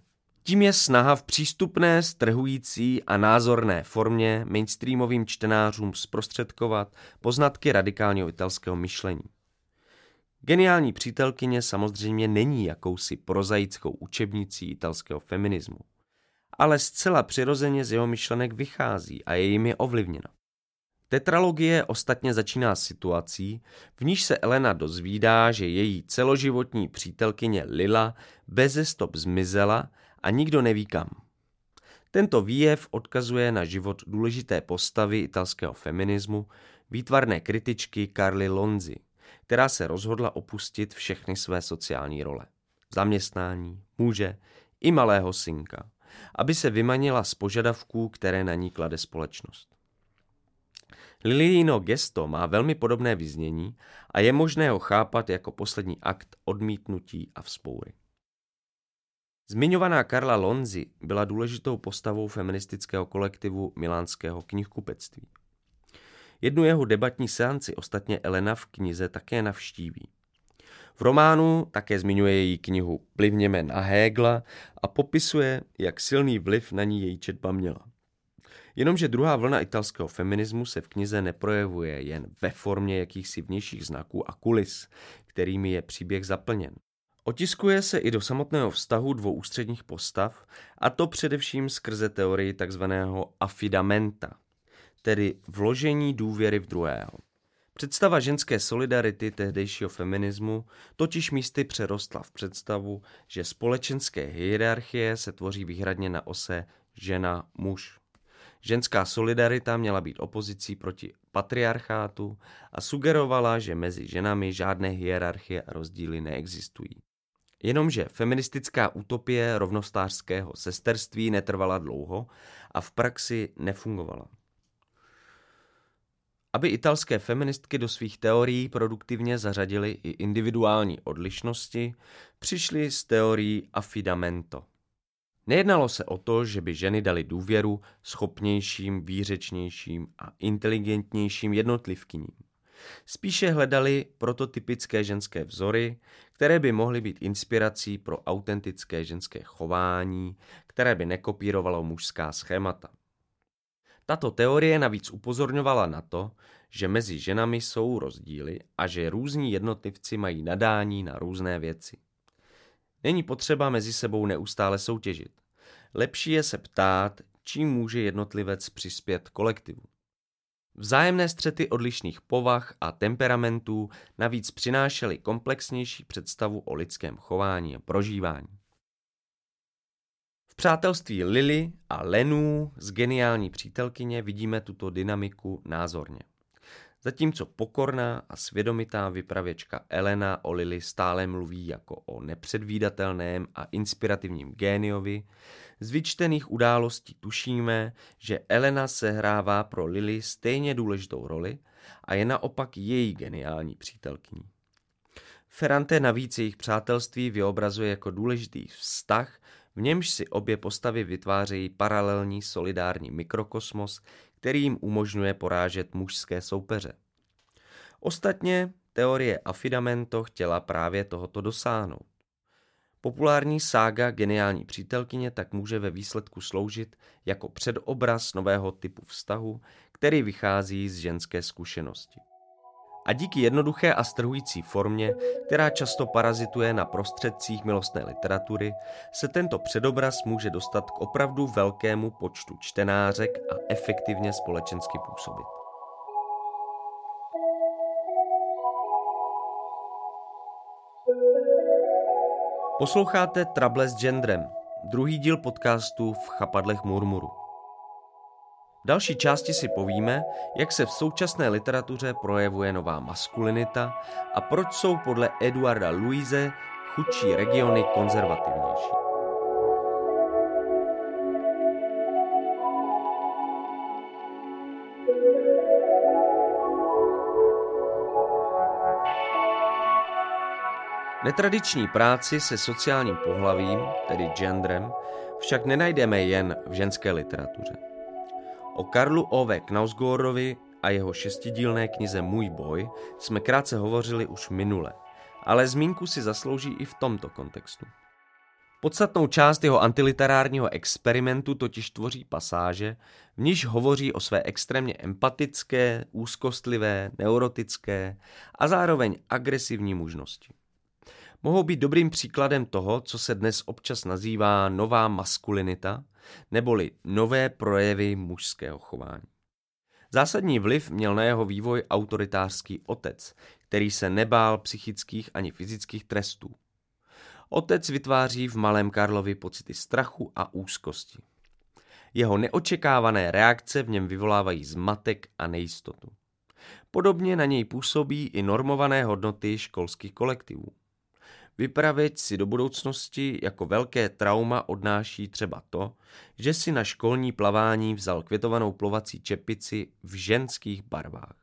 Tím je snaha v přístupné, strhující a názorné formě mainstreamovým čtenářům zprostředkovat poznatky radikálního italského myšlení. Geniální přítelkyně samozřejmě není jakousi prozaickou učebnicí italského feminismu, ale zcela přirozeně z jeho myšlenek vychází a je jimi ovlivněna. Tetralogie ostatně začíná situací, v níž se Elena dozvídá, že její celoživotní přítelkyně Lila beze stop zmizela a nikdo neví kam. Tento výjev odkazuje na život důležité postavy italského feminismu, výtvarné kritičky Carly Lonzi, která se rozhodla opustit všechny své sociální role. Zaměstnání, muže i malého synka, aby se vymanila z požadavků, které na ní klade společnost. Liliino gesto má velmi podobné vyznění a je možné ho chápat jako poslední akt odmítnutí a vzpoury. Zmiňovaná Carla Lonzi byla důležitou postavou feministického kolektivu milánského knihkupectví. Jednu jeho debatní seanci ostatně Elena v knize také navštíví. V románu také zmiňuje její knihu Plivněme na Hegela a popisuje, jak silný vliv na ní její četba měla. Jenomže druhá vlna italského feminismu se v knize neprojevuje jen ve formě jakýchsi vnějších znaků a kulis, kterými je příběh zaplněn. Otiskuje se i do samotného vztahu dvou ústředních postav, a to především skrze teorii takzvaného affidamenta, tedy vložení důvěry v druhého. Představa ženské solidarity tehdejšího feminismu totiž místy přerostla v představu, že společenské hierarchie se tvoří výhradně na ose žena-muž. Ženská solidarita měla být opozicí proti patriarchátu a sugerovala, že mezi ženami žádné hierarchie a rozdíly neexistují. Jenomže feministická utopie rovnostářského sesterství netrvala dlouho a v praxi nefungovala. Aby italské feministky do svých teorií produktivně zařadily i individuální odlišnosti, přišly s teorií affidamento. Nejednalo se o to, že by ženy dali důvěru schopnějším, výřečnějším a inteligentnějším jednotlivkyním. Spíše hledali prototypické ženské vzory, které by mohly být inspirací pro autentické ženské chování, které by nekopírovalo mužská schémata. Tato teorie navíc upozorňovala na to, že mezi ženami jsou rozdíly a že různí jednotlivci mají nadání na různé věci. Není potřeba mezi sebou neustále soutěžit. Lepší je se ptát, čím může jednotlivec přispět kolektivu. Vzájemné střety odlišných povah a temperamentů navíc přinášely komplexnější představu o lidském chování a prožívání. V přátelství Lily a Lenů z geniální přítelkyně vidíme tuto dynamiku názorně. Zatímco pokorná a svědomitá vypravěčka Elena o Lily stále mluví jako o nepředvídatelném a inspirativním géniovi, z vyčtených událostí tušíme, že Elena sehrává pro Lily stejně důležitou roli a je naopak její geniální přítelkyní. Ferrante navíc jejich přátelství vyobrazuje jako důležitý vztah, v němž si obě postavy vytvářejí paralelní solidární mikrokosmos, který jim umožňuje porážet mužské soupeře. Ostatně teorie affidamento chtěla právě tohoto dosáhnout. Populární sága Geniální přítelkyně tak může ve výsledku sloužit jako předobraz nového typu vztahu, který vychází z ženské zkušenosti. A díky jednoduché a strhující formě, která často parazituje na prostředcích milostné literatury, se tento předobraz může dostat k opravdu velkému počtu čtenářek a efektivně společensky působit. Posloucháte Trable s genderem, druhý díl podcastu V chapadlech murmuru. V další části si povíme, jak se v současné literatuře projevuje nová maskulinita a proč jsou podle Eduarda Luise chudší regiony konzervativnější. Netradiční práci se sociálním pohlavím, tedy genderem, však nenajdeme jen v ženské literatuře. O Karlu Ove Knausgårdovi a jeho šestidílné knize Můj boj jsme krátce hovořili už minule, ale zmínku si zaslouží i v tomto kontextu. Podstatnou část jeho antiliterárního experimentu totiž tvoří pasáže, v níž hovoří o své extrémně empatické, úzkostlivé, neurotické a zároveň agresivní mužnosti. Mohou být dobrým příkladem toho, co se dnes občas nazývá nová maskulinita, neboli nové projevy mužského chování. Zásadní vliv měl na jeho vývoj autoritářský otec, který se nebál psychických ani fyzických trestů. Otec vytváří v malém Karlovi pocity strachu a úzkosti. Jeho neočekávané reakce v něm vyvolávají zmatek a nejistotu. Podobně na něj působí i normované hodnoty školských kolektivů. Vypravěč si do budoucnosti jako velké trauma odnáší třeba to, že si na školní plavání vzal květovanou plovací čepici v ženských barvách.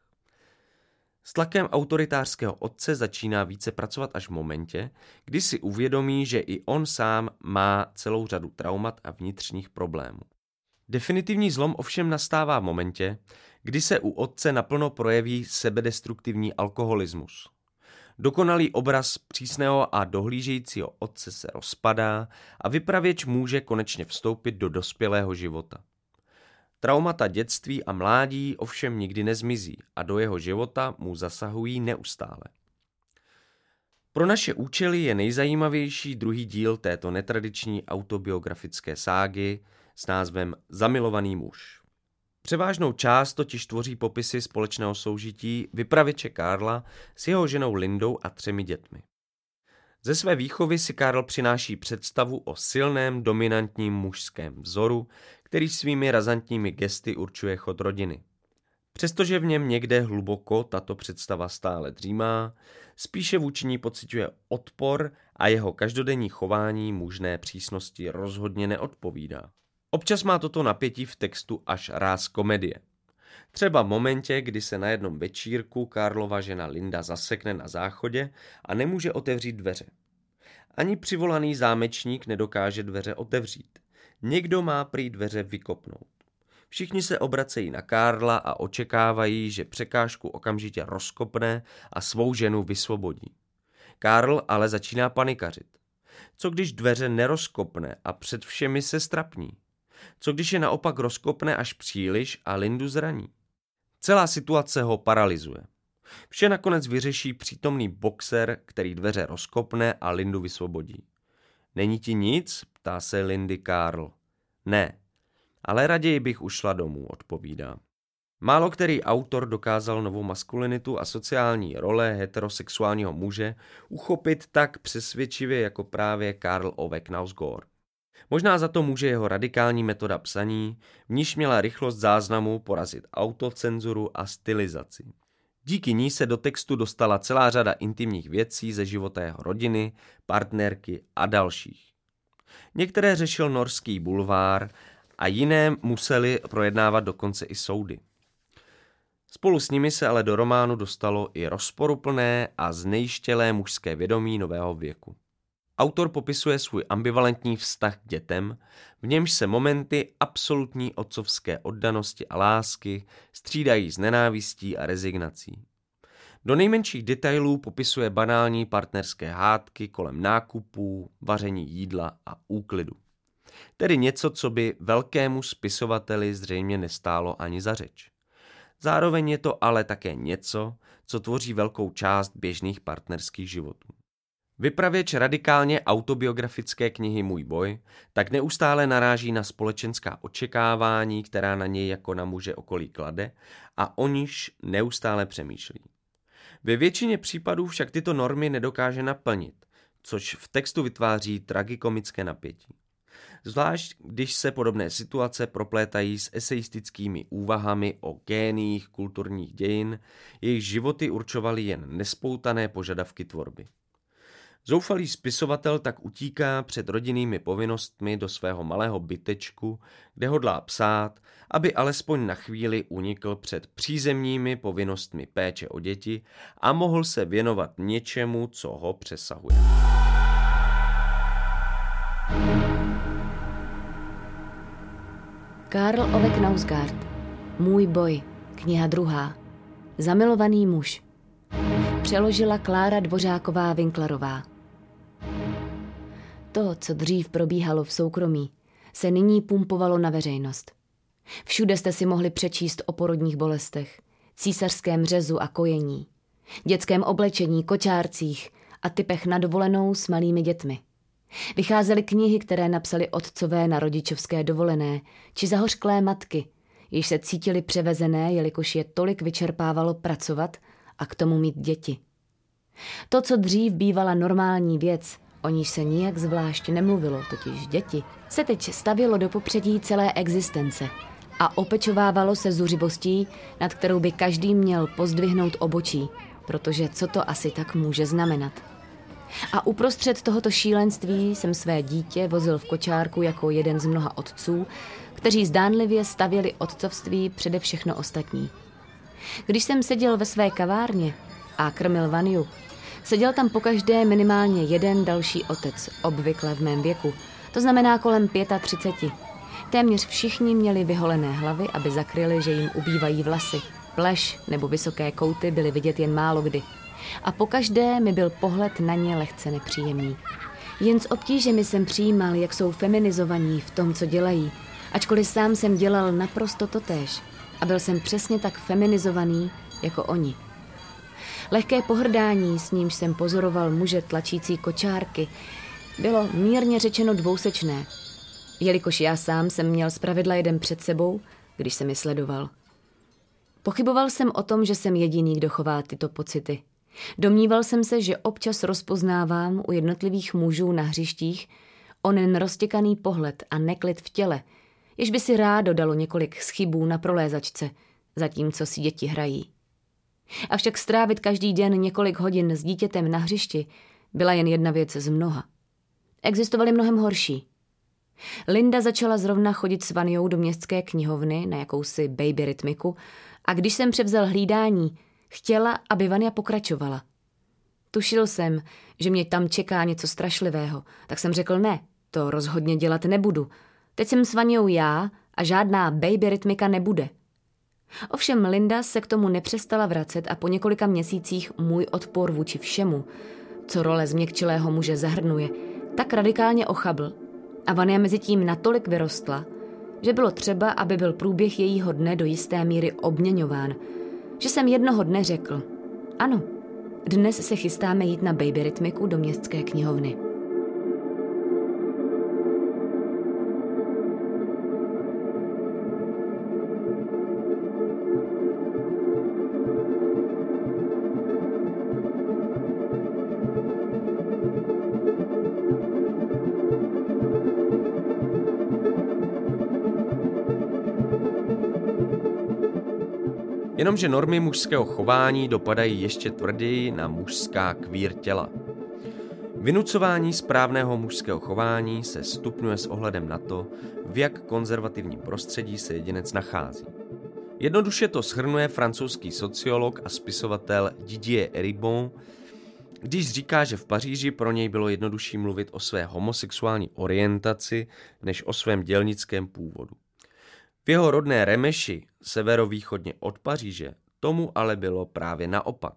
S tlakem autoritářského otce začíná více pracovat až v momentě, kdy si uvědomí, že i on sám má celou řadu traumat a vnitřních problémů. Definitivní zlom ovšem nastává v momentě, kdy se u otce naplno projeví sebedestruktivní alkoholismus. Dokonalý obraz přísného a dohlížejícího otce se rozpadá a vypravěč může konečně vstoupit do dospělého života. Traumata dětství a mládí ovšem nikdy nezmizí a do jeho života mu zasahují neustále. Pro naše účely je nejzajímavější druhý díl této netradiční autobiografické ságy s názvem Zamilovaný muž. Převážnou část totiž tvoří popisy společného soužití vypravěče Karla s jeho ženou Lindou a třemi dětmi. Ze své výchovy si Karl přináší představu o silném, dominantním mužském vzoru, který svými razantními gesty určuje chod rodiny. Přestože v něm někde hluboko tato představa stále dřímá, spíše vůči ní pociťuje odpor a jeho každodenní chování mužné přísnosti rozhodně neodpovídá. Občas má toto napětí v textu až ráz komedie. Třeba v momentě, kdy se na jednom večírku Karlova žena Linda zasekne na záchodě a nemůže otevřít dveře. Ani přivolaný zámečník nedokáže dveře otevřít. Někdo má prý dveře vykopnout. Všichni se obracejí na Karla a očekávají, že překážku okamžitě rozkopne a svou ženu vysvobodí. Karl ale začíná panikařit. Co když dveře nerozkopne a před všemi se strapní? Co když je naopak rozkopne až příliš a Lindu zraní? Celá situace ho paralyzuje. Vše nakonec vyřeší přítomný boxer, který dveře rozkopne a Lindu vysvobodí. Není ti nic? Ptá se Lindy Karl. Ne, ale raději bych ušla domů, odpovídá. Málo který autor dokázal novou maskulinitu a sociální role heterosexuálního muže uchopit tak přesvědčivě jako právě Karl Ove Knausgård. Možná za to může jeho radikální metoda psaní, v níž měla rychlost záznamu porazit autocenzuru a stylizaci. Díky ní se do textu dostala celá řada intimních věcí ze života jeho rodiny, partnerky a dalších. Některé řešil norský bulvár a jiné museli projednávat dokonce i soudy. Spolu s nimi se ale do románu dostalo i rozporuplné a znejštělé mužské vědomí nového věku. Autor popisuje svůj ambivalentní vztah k dětem, v němž se momenty absolutní otcovské oddanosti a lásky střídají s nenávistí a rezignací. Do nejmenších detailů popisuje banální partnerské hádky kolem nákupů, vaření jídla a úklidu. Tedy něco, co by velkému spisovateli zřejmě nestálo ani za řeč. Zároveň je to ale také něco, co tvoří velkou část běžných partnerských životů. Vypravěč radikálně autobiografické knihy Můj boj tak neustále naráží na společenská očekávání, která na něj jako na muže okolí klade a o níž neustále přemýšlí. Ve většině případů však tyto normy nedokáže naplnit, což v textu vytváří tragikomické napětí. Zvlášť když se podobné situace proplétají s eseistickými úvahami o géniích kulturních dějin, jejich životy určovaly jen nespoutané požadavky tvorby. Zoufalý spisovatel tak utíká před rodinnými povinnostmi do svého malého bytečku, kde hodlá psát, aby alespoň na chvíli unikl před přízemními povinnostmi péče o děti a mohl se věnovat něčemu, co ho přesahuje. Karl Ove Knausgård. Můj boj. Kniha druhá. Zamilovaný muž. Přeložila Klára Dvořáková Winklerová. To, co dřív probíhalo v soukromí, se nyní pumpovalo na veřejnost. Všude jste si mohli přečíst o porodních bolestech, císařském řezu a kojení, dětském oblečení, kočárcích a typech na dovolenou s malými dětmi. Vycházely knihy, které napsali otcové na rodičovské dovolené, či zahořklé matky, již se cítili převezené, jelikož je tolik vyčerpávalo pracovat a k tomu mít děti. To, co dřív bývala normální věc, o níž se nijak zvlášť nemluvilo, totiž děti, se teď stavělo do popředí celé existence a opečovávalo se zuřivostí, nad kterou by každý měl pozdvihnout obočí, protože co to asi tak může znamenat. A uprostřed tohoto šílenství jsem své dítě vozil v kočárku jako jeden z mnoha otců, kteří zdánlivě stavěli otcovství přede všechno ostatní. Když jsem seděl ve své kavárně a krmil Vanju, seděl tam pokaždé minimálně jeden další otec, obvykle v mém věku, to znamená kolem třicet pět. Téměř všichni měli vyholené hlavy, aby zakryli, že jim ubývají vlasy. Pleš nebo vysoké kouty byly vidět jen málo kdy. A pokaždé mi byl pohled na ně lehce nepříjemný. Jen s obtížemi jsem přijímal, jak jsou feminizovaní v tom, co dělají, ačkoliv sám jsem dělal naprosto totéž a byl jsem přesně tak feminizovaný jako oni. Lehké pohrdání, s nímž jsem pozoroval muže tlačící kočárky, bylo mírně řečeno dvousečné, jelikož já sám jsem měl zpravidla jeden před sebou, když jsem je sledoval. Pochyboval jsem o tom, že jsem jediný, kdo chová tyto pocity. Domníval jsem se, že občas rozpoznávám u jednotlivých mužů na hřištích onen roztěkaný pohled a neklid v těle, jež by si rádo dalo několik schybů na prolézačce, zatímco si děti hrají. Avšak strávit každý den několik hodin s dítětem na hřišti byla jen jedna věc z mnoha. Existovaly mnohem horší. Linda začala zrovna chodit s Vanjou do městské knihovny na jakousi baby rytmiku a když jsem převzal hlídání, chtěla, aby Vanja pokračovala. Tušil jsem, že mě tam čeká něco strašlivého, tak jsem řekl ne, to rozhodně dělat nebudu. Teď jsem s Vanjou já a žádná baby rytmika nebude. Ovšem Linda se k tomu nepřestala vracet a po několika měsících můj odpor vůči všemu, co role změkčilého muže zahrnuje, tak radikálně ochabl a Vanja mezi tím natolik vyrostla, že bylo třeba, aby byl průběh jejího dne do jisté míry obměňován, že jsem jednoho dne řekl, ano, dnes se chystáme jít na baby rytmiku do městské knihovny. Jenomže normy mužského chování dopadají ještě tvrději na mužská queer těla. Vynucování správného mužského chování se stupňuje s ohledem na to, v jak konzervativním prostředí se jedinec nachází. Jednoduše to shrnuje francouzský sociolog a spisovatel Didier Eribon, když říká, že v Paříži pro něj bylo jednodušší mluvit o své homosexuální orientaci než o svém dělnickém původu. V jeho rodné Remeši, severovýchodně od Paříže, tomu ale bylo právě naopak.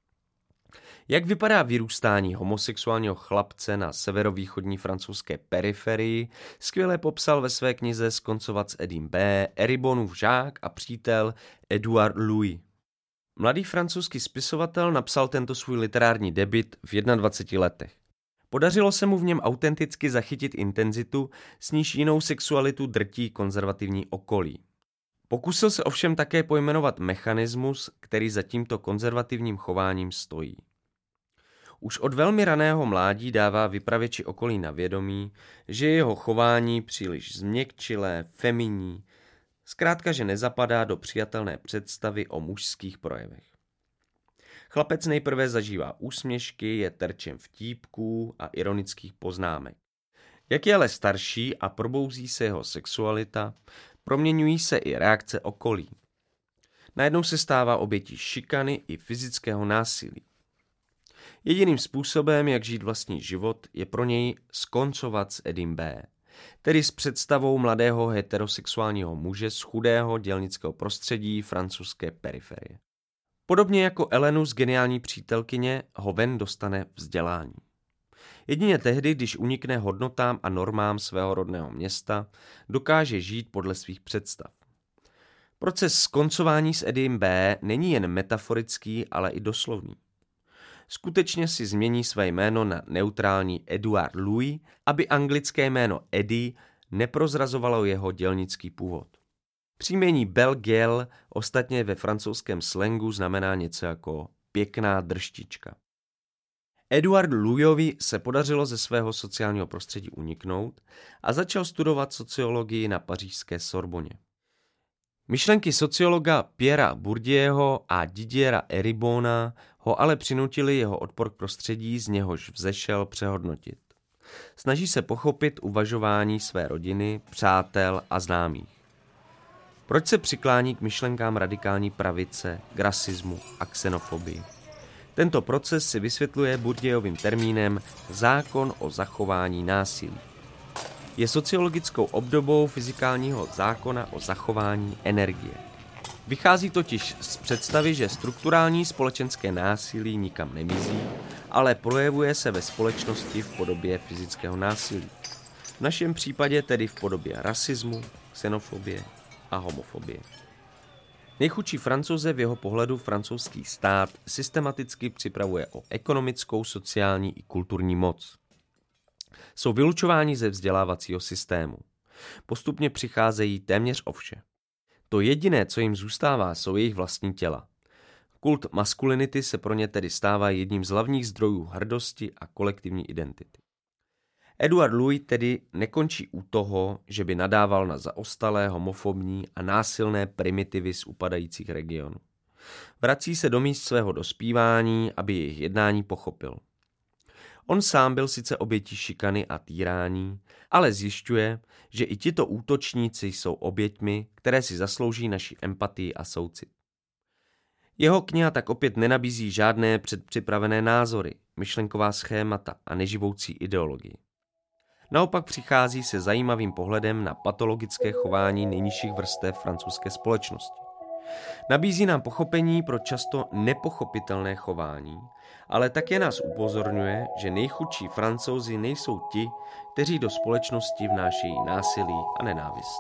Jak vypadá vyrůstání homosexuálního chlapce na severovýchodní francouzské periferii, skvěle popsal ve své knize Skoncovat s Edim B. Eribonův žák a přítel Edouard Louis. Mladý francouzský spisovatel napsal tento svůj literární debut v dvaceti jedné letech. Podařilo se mu v něm autenticky zachytit intenzitu, s níž jinou sexualitu drtí konzervativní okolí. Pokusil se ovšem také pojmenovat mechanismus, který za tímto konzervativním chováním stojí. Už od velmi raného mládí dává vypravěči okolí na vědomí, že jeho chování příliš změkčilé, feminní, zkrátka, že nezapadá do přijatelné představy o mužských projevech. Chlapec nejprve zažívá úsměšky, je terčem vtípků a ironických poznámek. Jak je ale starší a probouzí se jeho sexualita, proměňují se i reakce okolí. Najednou se stává obětí šikany i fyzického násilí. Jediným způsobem, jak žít vlastní život, je pro něj skoncovat s Edim B., tedy s představou mladého heterosexuálního muže z chudého dělnického prostředí francouzské periferie. Podobně jako Elenu z Geniální přítelkyně ho ven dostane vzdělání. Jedině tehdy, když unikne hodnotám a normám svého rodného města, dokáže žít podle svých představ. Proces skoncování s Eddiem B. není jen metaforický, ale i doslovný. Skutečně si změní své jméno na neutrální Edward Louis, aby anglické jméno Eddie neprozrazovalo jeho dělnický původ. Příjmení Belle ostatně ve francouzském slangu znamená něco jako pěkná drštička. Edwardu Louisovi se podařilo ze svého sociálního prostředí uniknout a začal studovat sociologii na pařížské Sorboně. Myšlenky sociologa Pierra Bourdieuho a Didiera Eribona ho ale přinutili jeho odpor k prostředí, z něhož vzešel, přehodnotit. Snaží se pochopit uvažování své rodiny, přátel a známých. Proč se přiklání k myšlenkám radikální pravice, k rasismu a xenofobii? Tento proces si vysvětluje Bourdieuovým termínem zákon o zachování násilí. Je sociologickou obdobou fyzikálního zákona o zachování energie. Vychází totiž z představy, že strukturální společenské násilí nikam nemizí, ale projevuje se ve společnosti v podobě fyzického násilí. V našem případě tedy v podobě rasismu, xenofobie a homofobie. Nejchudší Francouze v jeho pohledu francouzský stát systematicky připravuje o ekonomickou, sociální i kulturní moc. Jsou vylučováni ze vzdělávacího systému. Postupně přicházejí téměř o vše. To jediné, co jim zůstává, jsou jejich vlastní těla. Kult maskulinity se pro ně tedy stává jedním z hlavních zdrojů hrdosti a kolektivní identity. Edward Louis tedy nekončí u toho, že by nadával na zaostalé, homofobní a násilné primitivy z upadajících regionů. Vrací se do míst svého dospívání, aby jejich jednání pochopil. On sám byl sice obětí šikany a týrání, ale zjišťuje, že i tito útočníci jsou oběťmi, které si zaslouží naši empatii a soucit. Jeho kniha tak opět nenabízí žádné předpřipravené názory, myšlenková schémata a neživoucí ideologii. Naopak přichází se zajímavým pohledem na patologické chování nejnižších vrstev francouzské společnosti. Nabízí nám pochopení pro často nepochopitelné chování, ale také nás upozorňuje, že nejchudší Francouzi nejsou ti, kteří do společnosti vnášejí násilí a nenávist.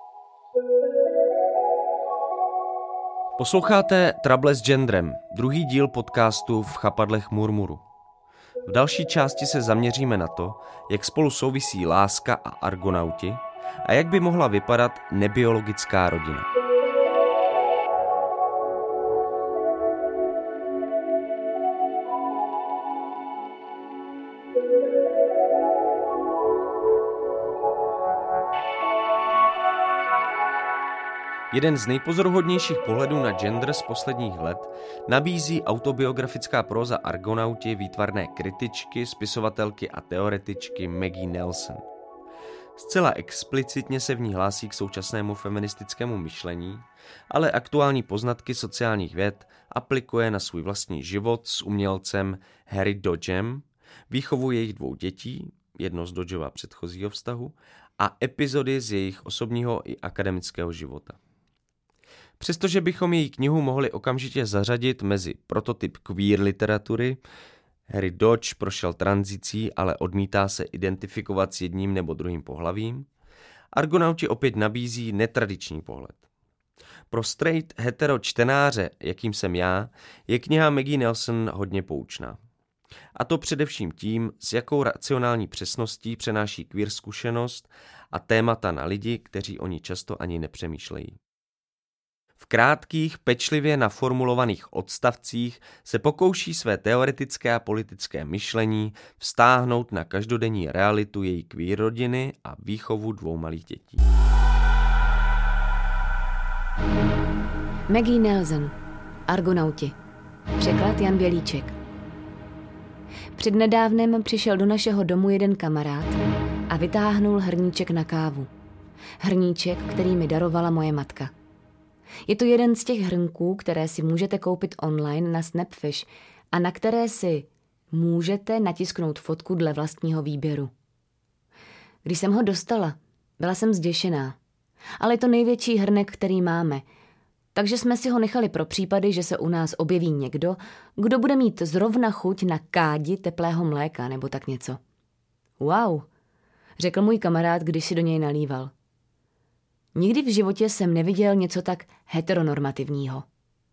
Posloucháte Trouble s genderem, druhý díl podcastu V chapadlech murmuru. V další části se zaměříme na to, jak spolu souvisí láska a argonauti a jak by mohla vypadat nebiologická rodina. Jeden z nejpozoruhodnějších pohledů na gender z posledních let nabízí autobiografická próza Argonauti výtvarné kritičky, spisovatelky a teoretičky Maggie Nelson. Zcela explicitně se v ní hlásí k současnému feministickému myšlení, ale aktuální poznatky sociálních věd aplikuje na svůj vlastní život s umělcem Harry Dodgem, výchovu jejich dvou dětí, jedno z Dodgeva předchozího vztahu, a epizody z jejich osobního i akademického života. Přestože bychom její knihu mohli okamžitě zařadit mezi prototyp queer literatury, Harry Dodge prošel tranzicí, ale odmítá se identifikovat s jedním nebo druhým pohlavím, Argonauti opět nabízí netradiční pohled. Pro straight hetero čtenáře, jakým jsem já, je kniha Maggie Nelson hodně poučná. A to především tím, s jakou racionální přesností přenáší queer zkušenost a témata na lidi, kteří o ní často ani nepřemýšlejí. V krátkých, pečlivě naformulovaných odstavcích se pokouší své teoretické a politické myšlení vztáhnout na každodenní realitu její queer rodiny a výchovu dvou malých dětí. Maggie Nelson, Argonauti. Překlad Jan Bělíček. Přednedávnem přišel do našeho domu jeden kamarád a vytáhnul hrníček na kávu. Hrníček, který mi darovala moje matka. Je to jeden z těch hrnků, které si můžete koupit online na Snapfish a na které si můžete natisknout fotku dle vlastního výběru. Když jsem ho dostala, byla jsem zděšená. Ale je to největší hrnek, který máme, takže jsme si ho nechali pro případy, že se u nás objeví někdo, kdo bude mít zrovna chuť na kádi teplého mléka nebo tak něco. Wow, řekl můj kamarád, když si do něj nalíval. Nikdy v životě jsem neviděl něco tak heteronormativního.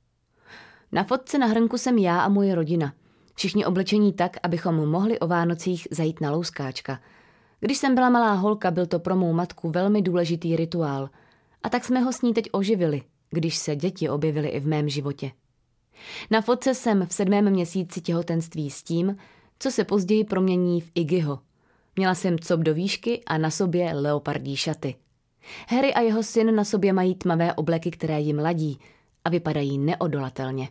Na fotce na hrnku jsem já a moje rodina. Všichni oblečení tak, abychom mohli o Vánocích zajít na louskáčka. Když jsem byla malá holka, byl to pro mou matku velmi důležitý rituál. A tak jsme ho s ní teď oživili, když se děti objevily i v mém životě. Na fotce jsem v sedmém měsíci těhotenství s tím, co se později promění v Iggyho. Měla jsem cop do výšky a na sobě leopardí šaty. Harry a jeho syn na sobě mají tmavé obleky, které jim ladí a vypadají neodolatelně.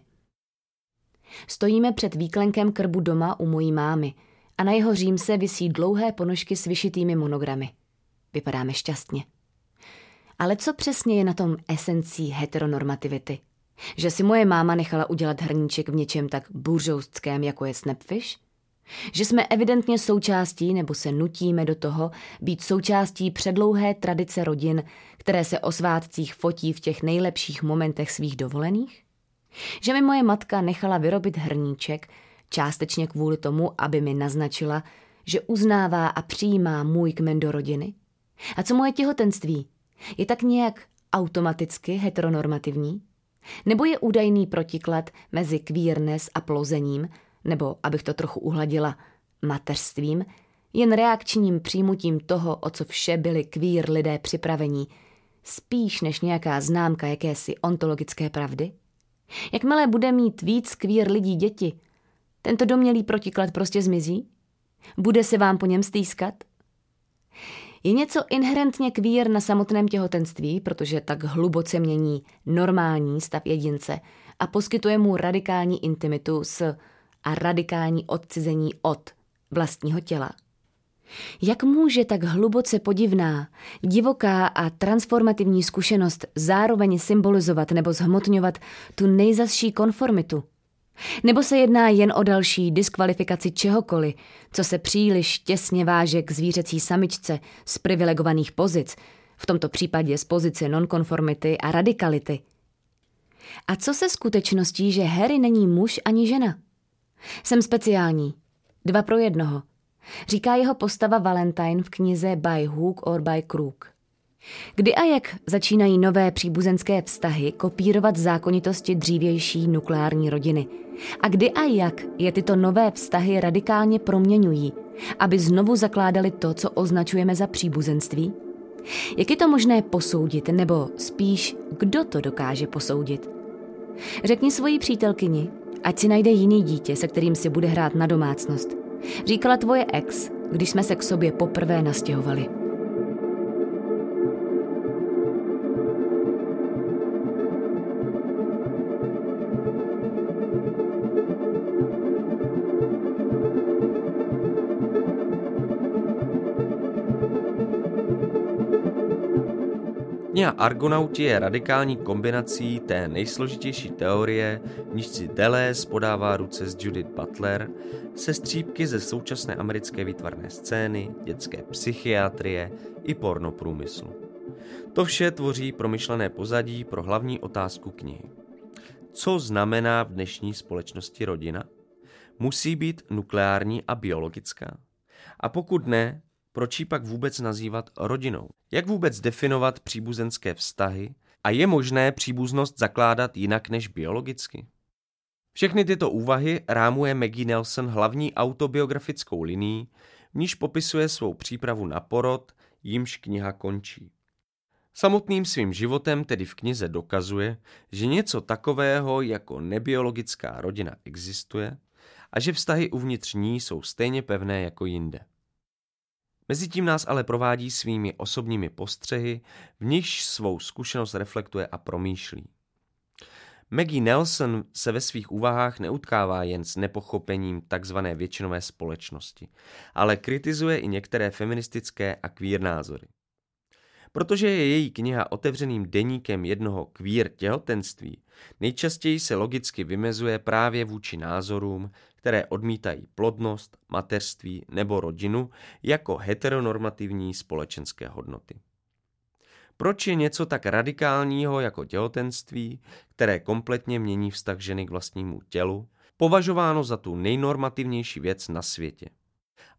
Stojíme před výklenkem krbu doma u mojí mámy a na jeho římse visí dlouhé ponožky s vyšitými monogramy. Vypadáme šťastně. Ale co přesně je na tom esencí heteronormativity? Že si moje máma nechala udělat hrníček v něčem tak buržoustském, jako je Snapfish? Že jsme evidentně součástí nebo se nutíme do toho být součástí předlouhé tradice rodin, které se o svátcích fotí v těch nejlepších momentech svých dovolených? Že mi moje matka nechala vyrobit hrníček, částečně kvůli tomu, aby mi naznačila, že uznává a přijímá můj kmen do rodiny? A co moje těhotenství? Je tak nějak automaticky heteronormativní? Nebo je údajný protiklad mezi queerness a plozením, nebo, abych to trochu uhladila, mateřstvím, jen reakčním přijmutím toho, o co vše byli queer lidé připravení, spíš než nějaká známka jakési ontologické pravdy? Jakmile bude mít víc queer lidí děti, tento domnělý protiklad prostě zmizí? Bude se vám po něm stýskat? Je něco inherentně queer na samotném těhotenství, protože tak hluboce mění normální stav jedince a poskytuje mu radikální intimitu s a radikální odcizení od vlastního těla. Jak může tak hluboce podivná, divoká a transformativní zkušenost zároveň symbolizovat nebo zhmotňovat tu nejzazší konformitu? Nebo se jedná jen o další diskvalifikaci čehokoliv, co se příliš těsně váže k zvířecí samičce z privilegovaných pozic, v tomto případě z pozice nonkonformity a radikality? A co se skutečností, že Harry není muž ani žena? Jsem speciální. Dva pro jednoho. Říká jeho postava Valentine v knize By Hook or by Crook. Kdy a jak začínají nové příbuzenské vztahy kopírovat zákonitosti dřívější nukleární rodiny? A kdy a jak je tyto nové vztahy radikálně proměňují, aby znovu zakládali to, co označujeme za příbuzenství? Jak je to možné posoudit, nebo spíš, kdo to dokáže posoudit? Řekni svojí přítelkyni, ať si najde jiný dítě, se kterým si bude hrát na domácnost. Říkala tvoje ex, když jsme se k sobě poprvé nastěhovali. Kniha Argonauti je radikální kombinací té nejsložitější teorie, v níž si Deleuze podává ruce s Judith Butler, se střípky ze současné americké výtvarné scény, dětské psychiatrie i pornoprůmyslu. To vše tvoří promyšlené pozadí pro hlavní otázku knihy. Co znamená v dnešní společnosti rodina? Musí být nukleární a biologická? A pokud ne, proč ji pak vůbec nazývat rodinou? Jak vůbec definovat příbuzenské vztahy a je možné příbuznost zakládat jinak než biologicky? Všechny tyto úvahy rámuje Maggie Nelson hlavní autobiografickou linií, v níž popisuje svou přípravu na porod, jímž kniha končí. Samotným svým životem tedy v knize dokazuje, že něco takového jako nebiologická rodina existuje a že vztahy uvnitř ní jsou stejně pevné jako jinde. Mezitím nás ale provádí svými osobními postřehy, v nichž svou zkušenost reflektuje a promýšlí. Maggie Nelson se ve svých úvahách neutkává jen s nepochopením takzvané většinové společnosti, ale kritizuje i některé feministické a queer názory. Protože je její kniha otevřeným deníkem jednoho queer těhotenství, nejčastěji se logicky vymezuje právě vůči názorům, které odmítají plodnost, mateřství nebo rodinu jako heteronormativní společenské hodnoty. Proč je něco tak radikálního jako těhotenství, které kompletně mění vztah ženy k vlastnímu tělu, považováno za tu nejnormativnější věc na světě?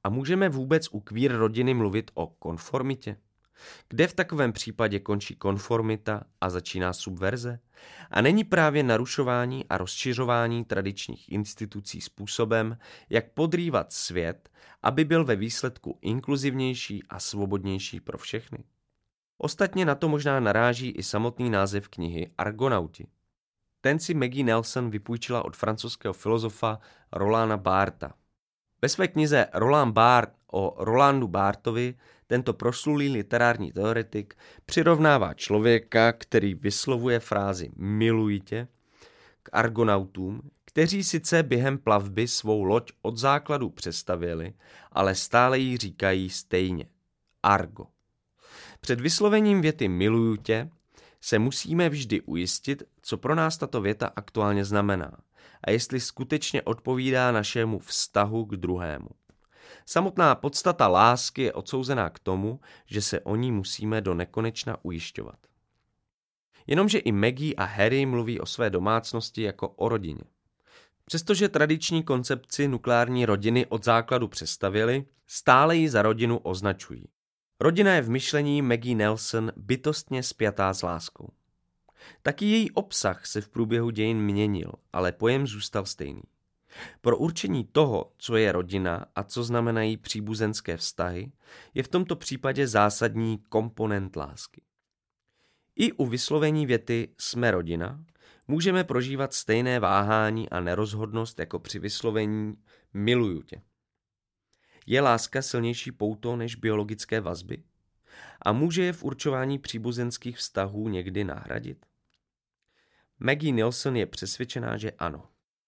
A můžeme vůbec u queer rodiny mluvit o konformitě? Kde v takovém případě končí konformita a začíná subverze? A není právě narušování a rozšiřování tradičních institucí způsobem, jak podrývat svět, aby byl ve výsledku inkluzivnější a svobodnější pro všechny? Ostatně na to možná naráží i samotný název knihy Argonauti. Ten si Maggie Nelson vypůjčila od francouzského filozofa Rolanda Bartha. Ve své knize Roland Barthes o Rolandu Barthovi tento proslulý literární teoretik přirovnává člověka, který vyslovuje frázi miluji tě, k argonautům, kteří sice během plavby svou loď od základu přestavěli, ale stále jí říkají stejně argo. Před vyslovením věty miluju tě se musíme vždy ujistit, co pro nás tato věta aktuálně znamená a jestli skutečně odpovídá našemu vztahu k druhému. Samotná podstata lásky je odsouzená k tomu, že se o ní musíme do nekonečna ujišťovat. Jenomže i Maggie a Harry mluví o své domácnosti jako o rodině. Přestože tradiční koncepci nukleární rodiny od základu přestavěli, stále ji za rodinu označují. Rodina je v myšlení Maggie Nelson bytostně spjatá s láskou. Taky její obsah se v průběhu dějin měnil, ale pojem zůstal stejný. Pro určení toho, co je rodina a co znamenají příbuzenské vztahy, je v tomto případě zásadní komponent lásky. I u vyslovení věty jsme rodina můžeme prožívat stejné váhání a nerozhodnost jako při vyslovení miluju tě. Je láska silnější pouto než biologické vazby? A může je v určování příbuzenských vztahů někdy nahradit? Maggie Nelson je přesvědčená, že ano.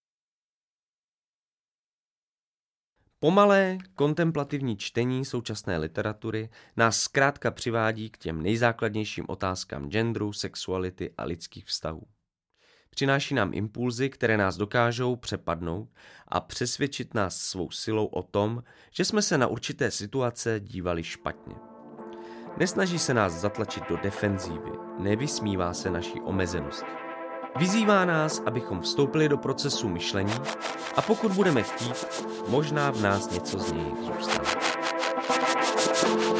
Pomalé, kontemplativní čtení současné literatury nás zkrátka přivádí k těm nejzákladnějším otázkám genderu, sexuality a lidských vztahů. Přináší nám impulzy, které nás dokážou přepadnout a přesvědčit nás svou silou o tom, že jsme se na určité situace dívali špatně. Nesnaží se nás zatlačit do defenzívy, nevysmívá se naší omezenosti. Vyzývá nás, abychom vstoupili do procesu myšlení a pokud budeme chtít, možná v nás něco z něj zůstane.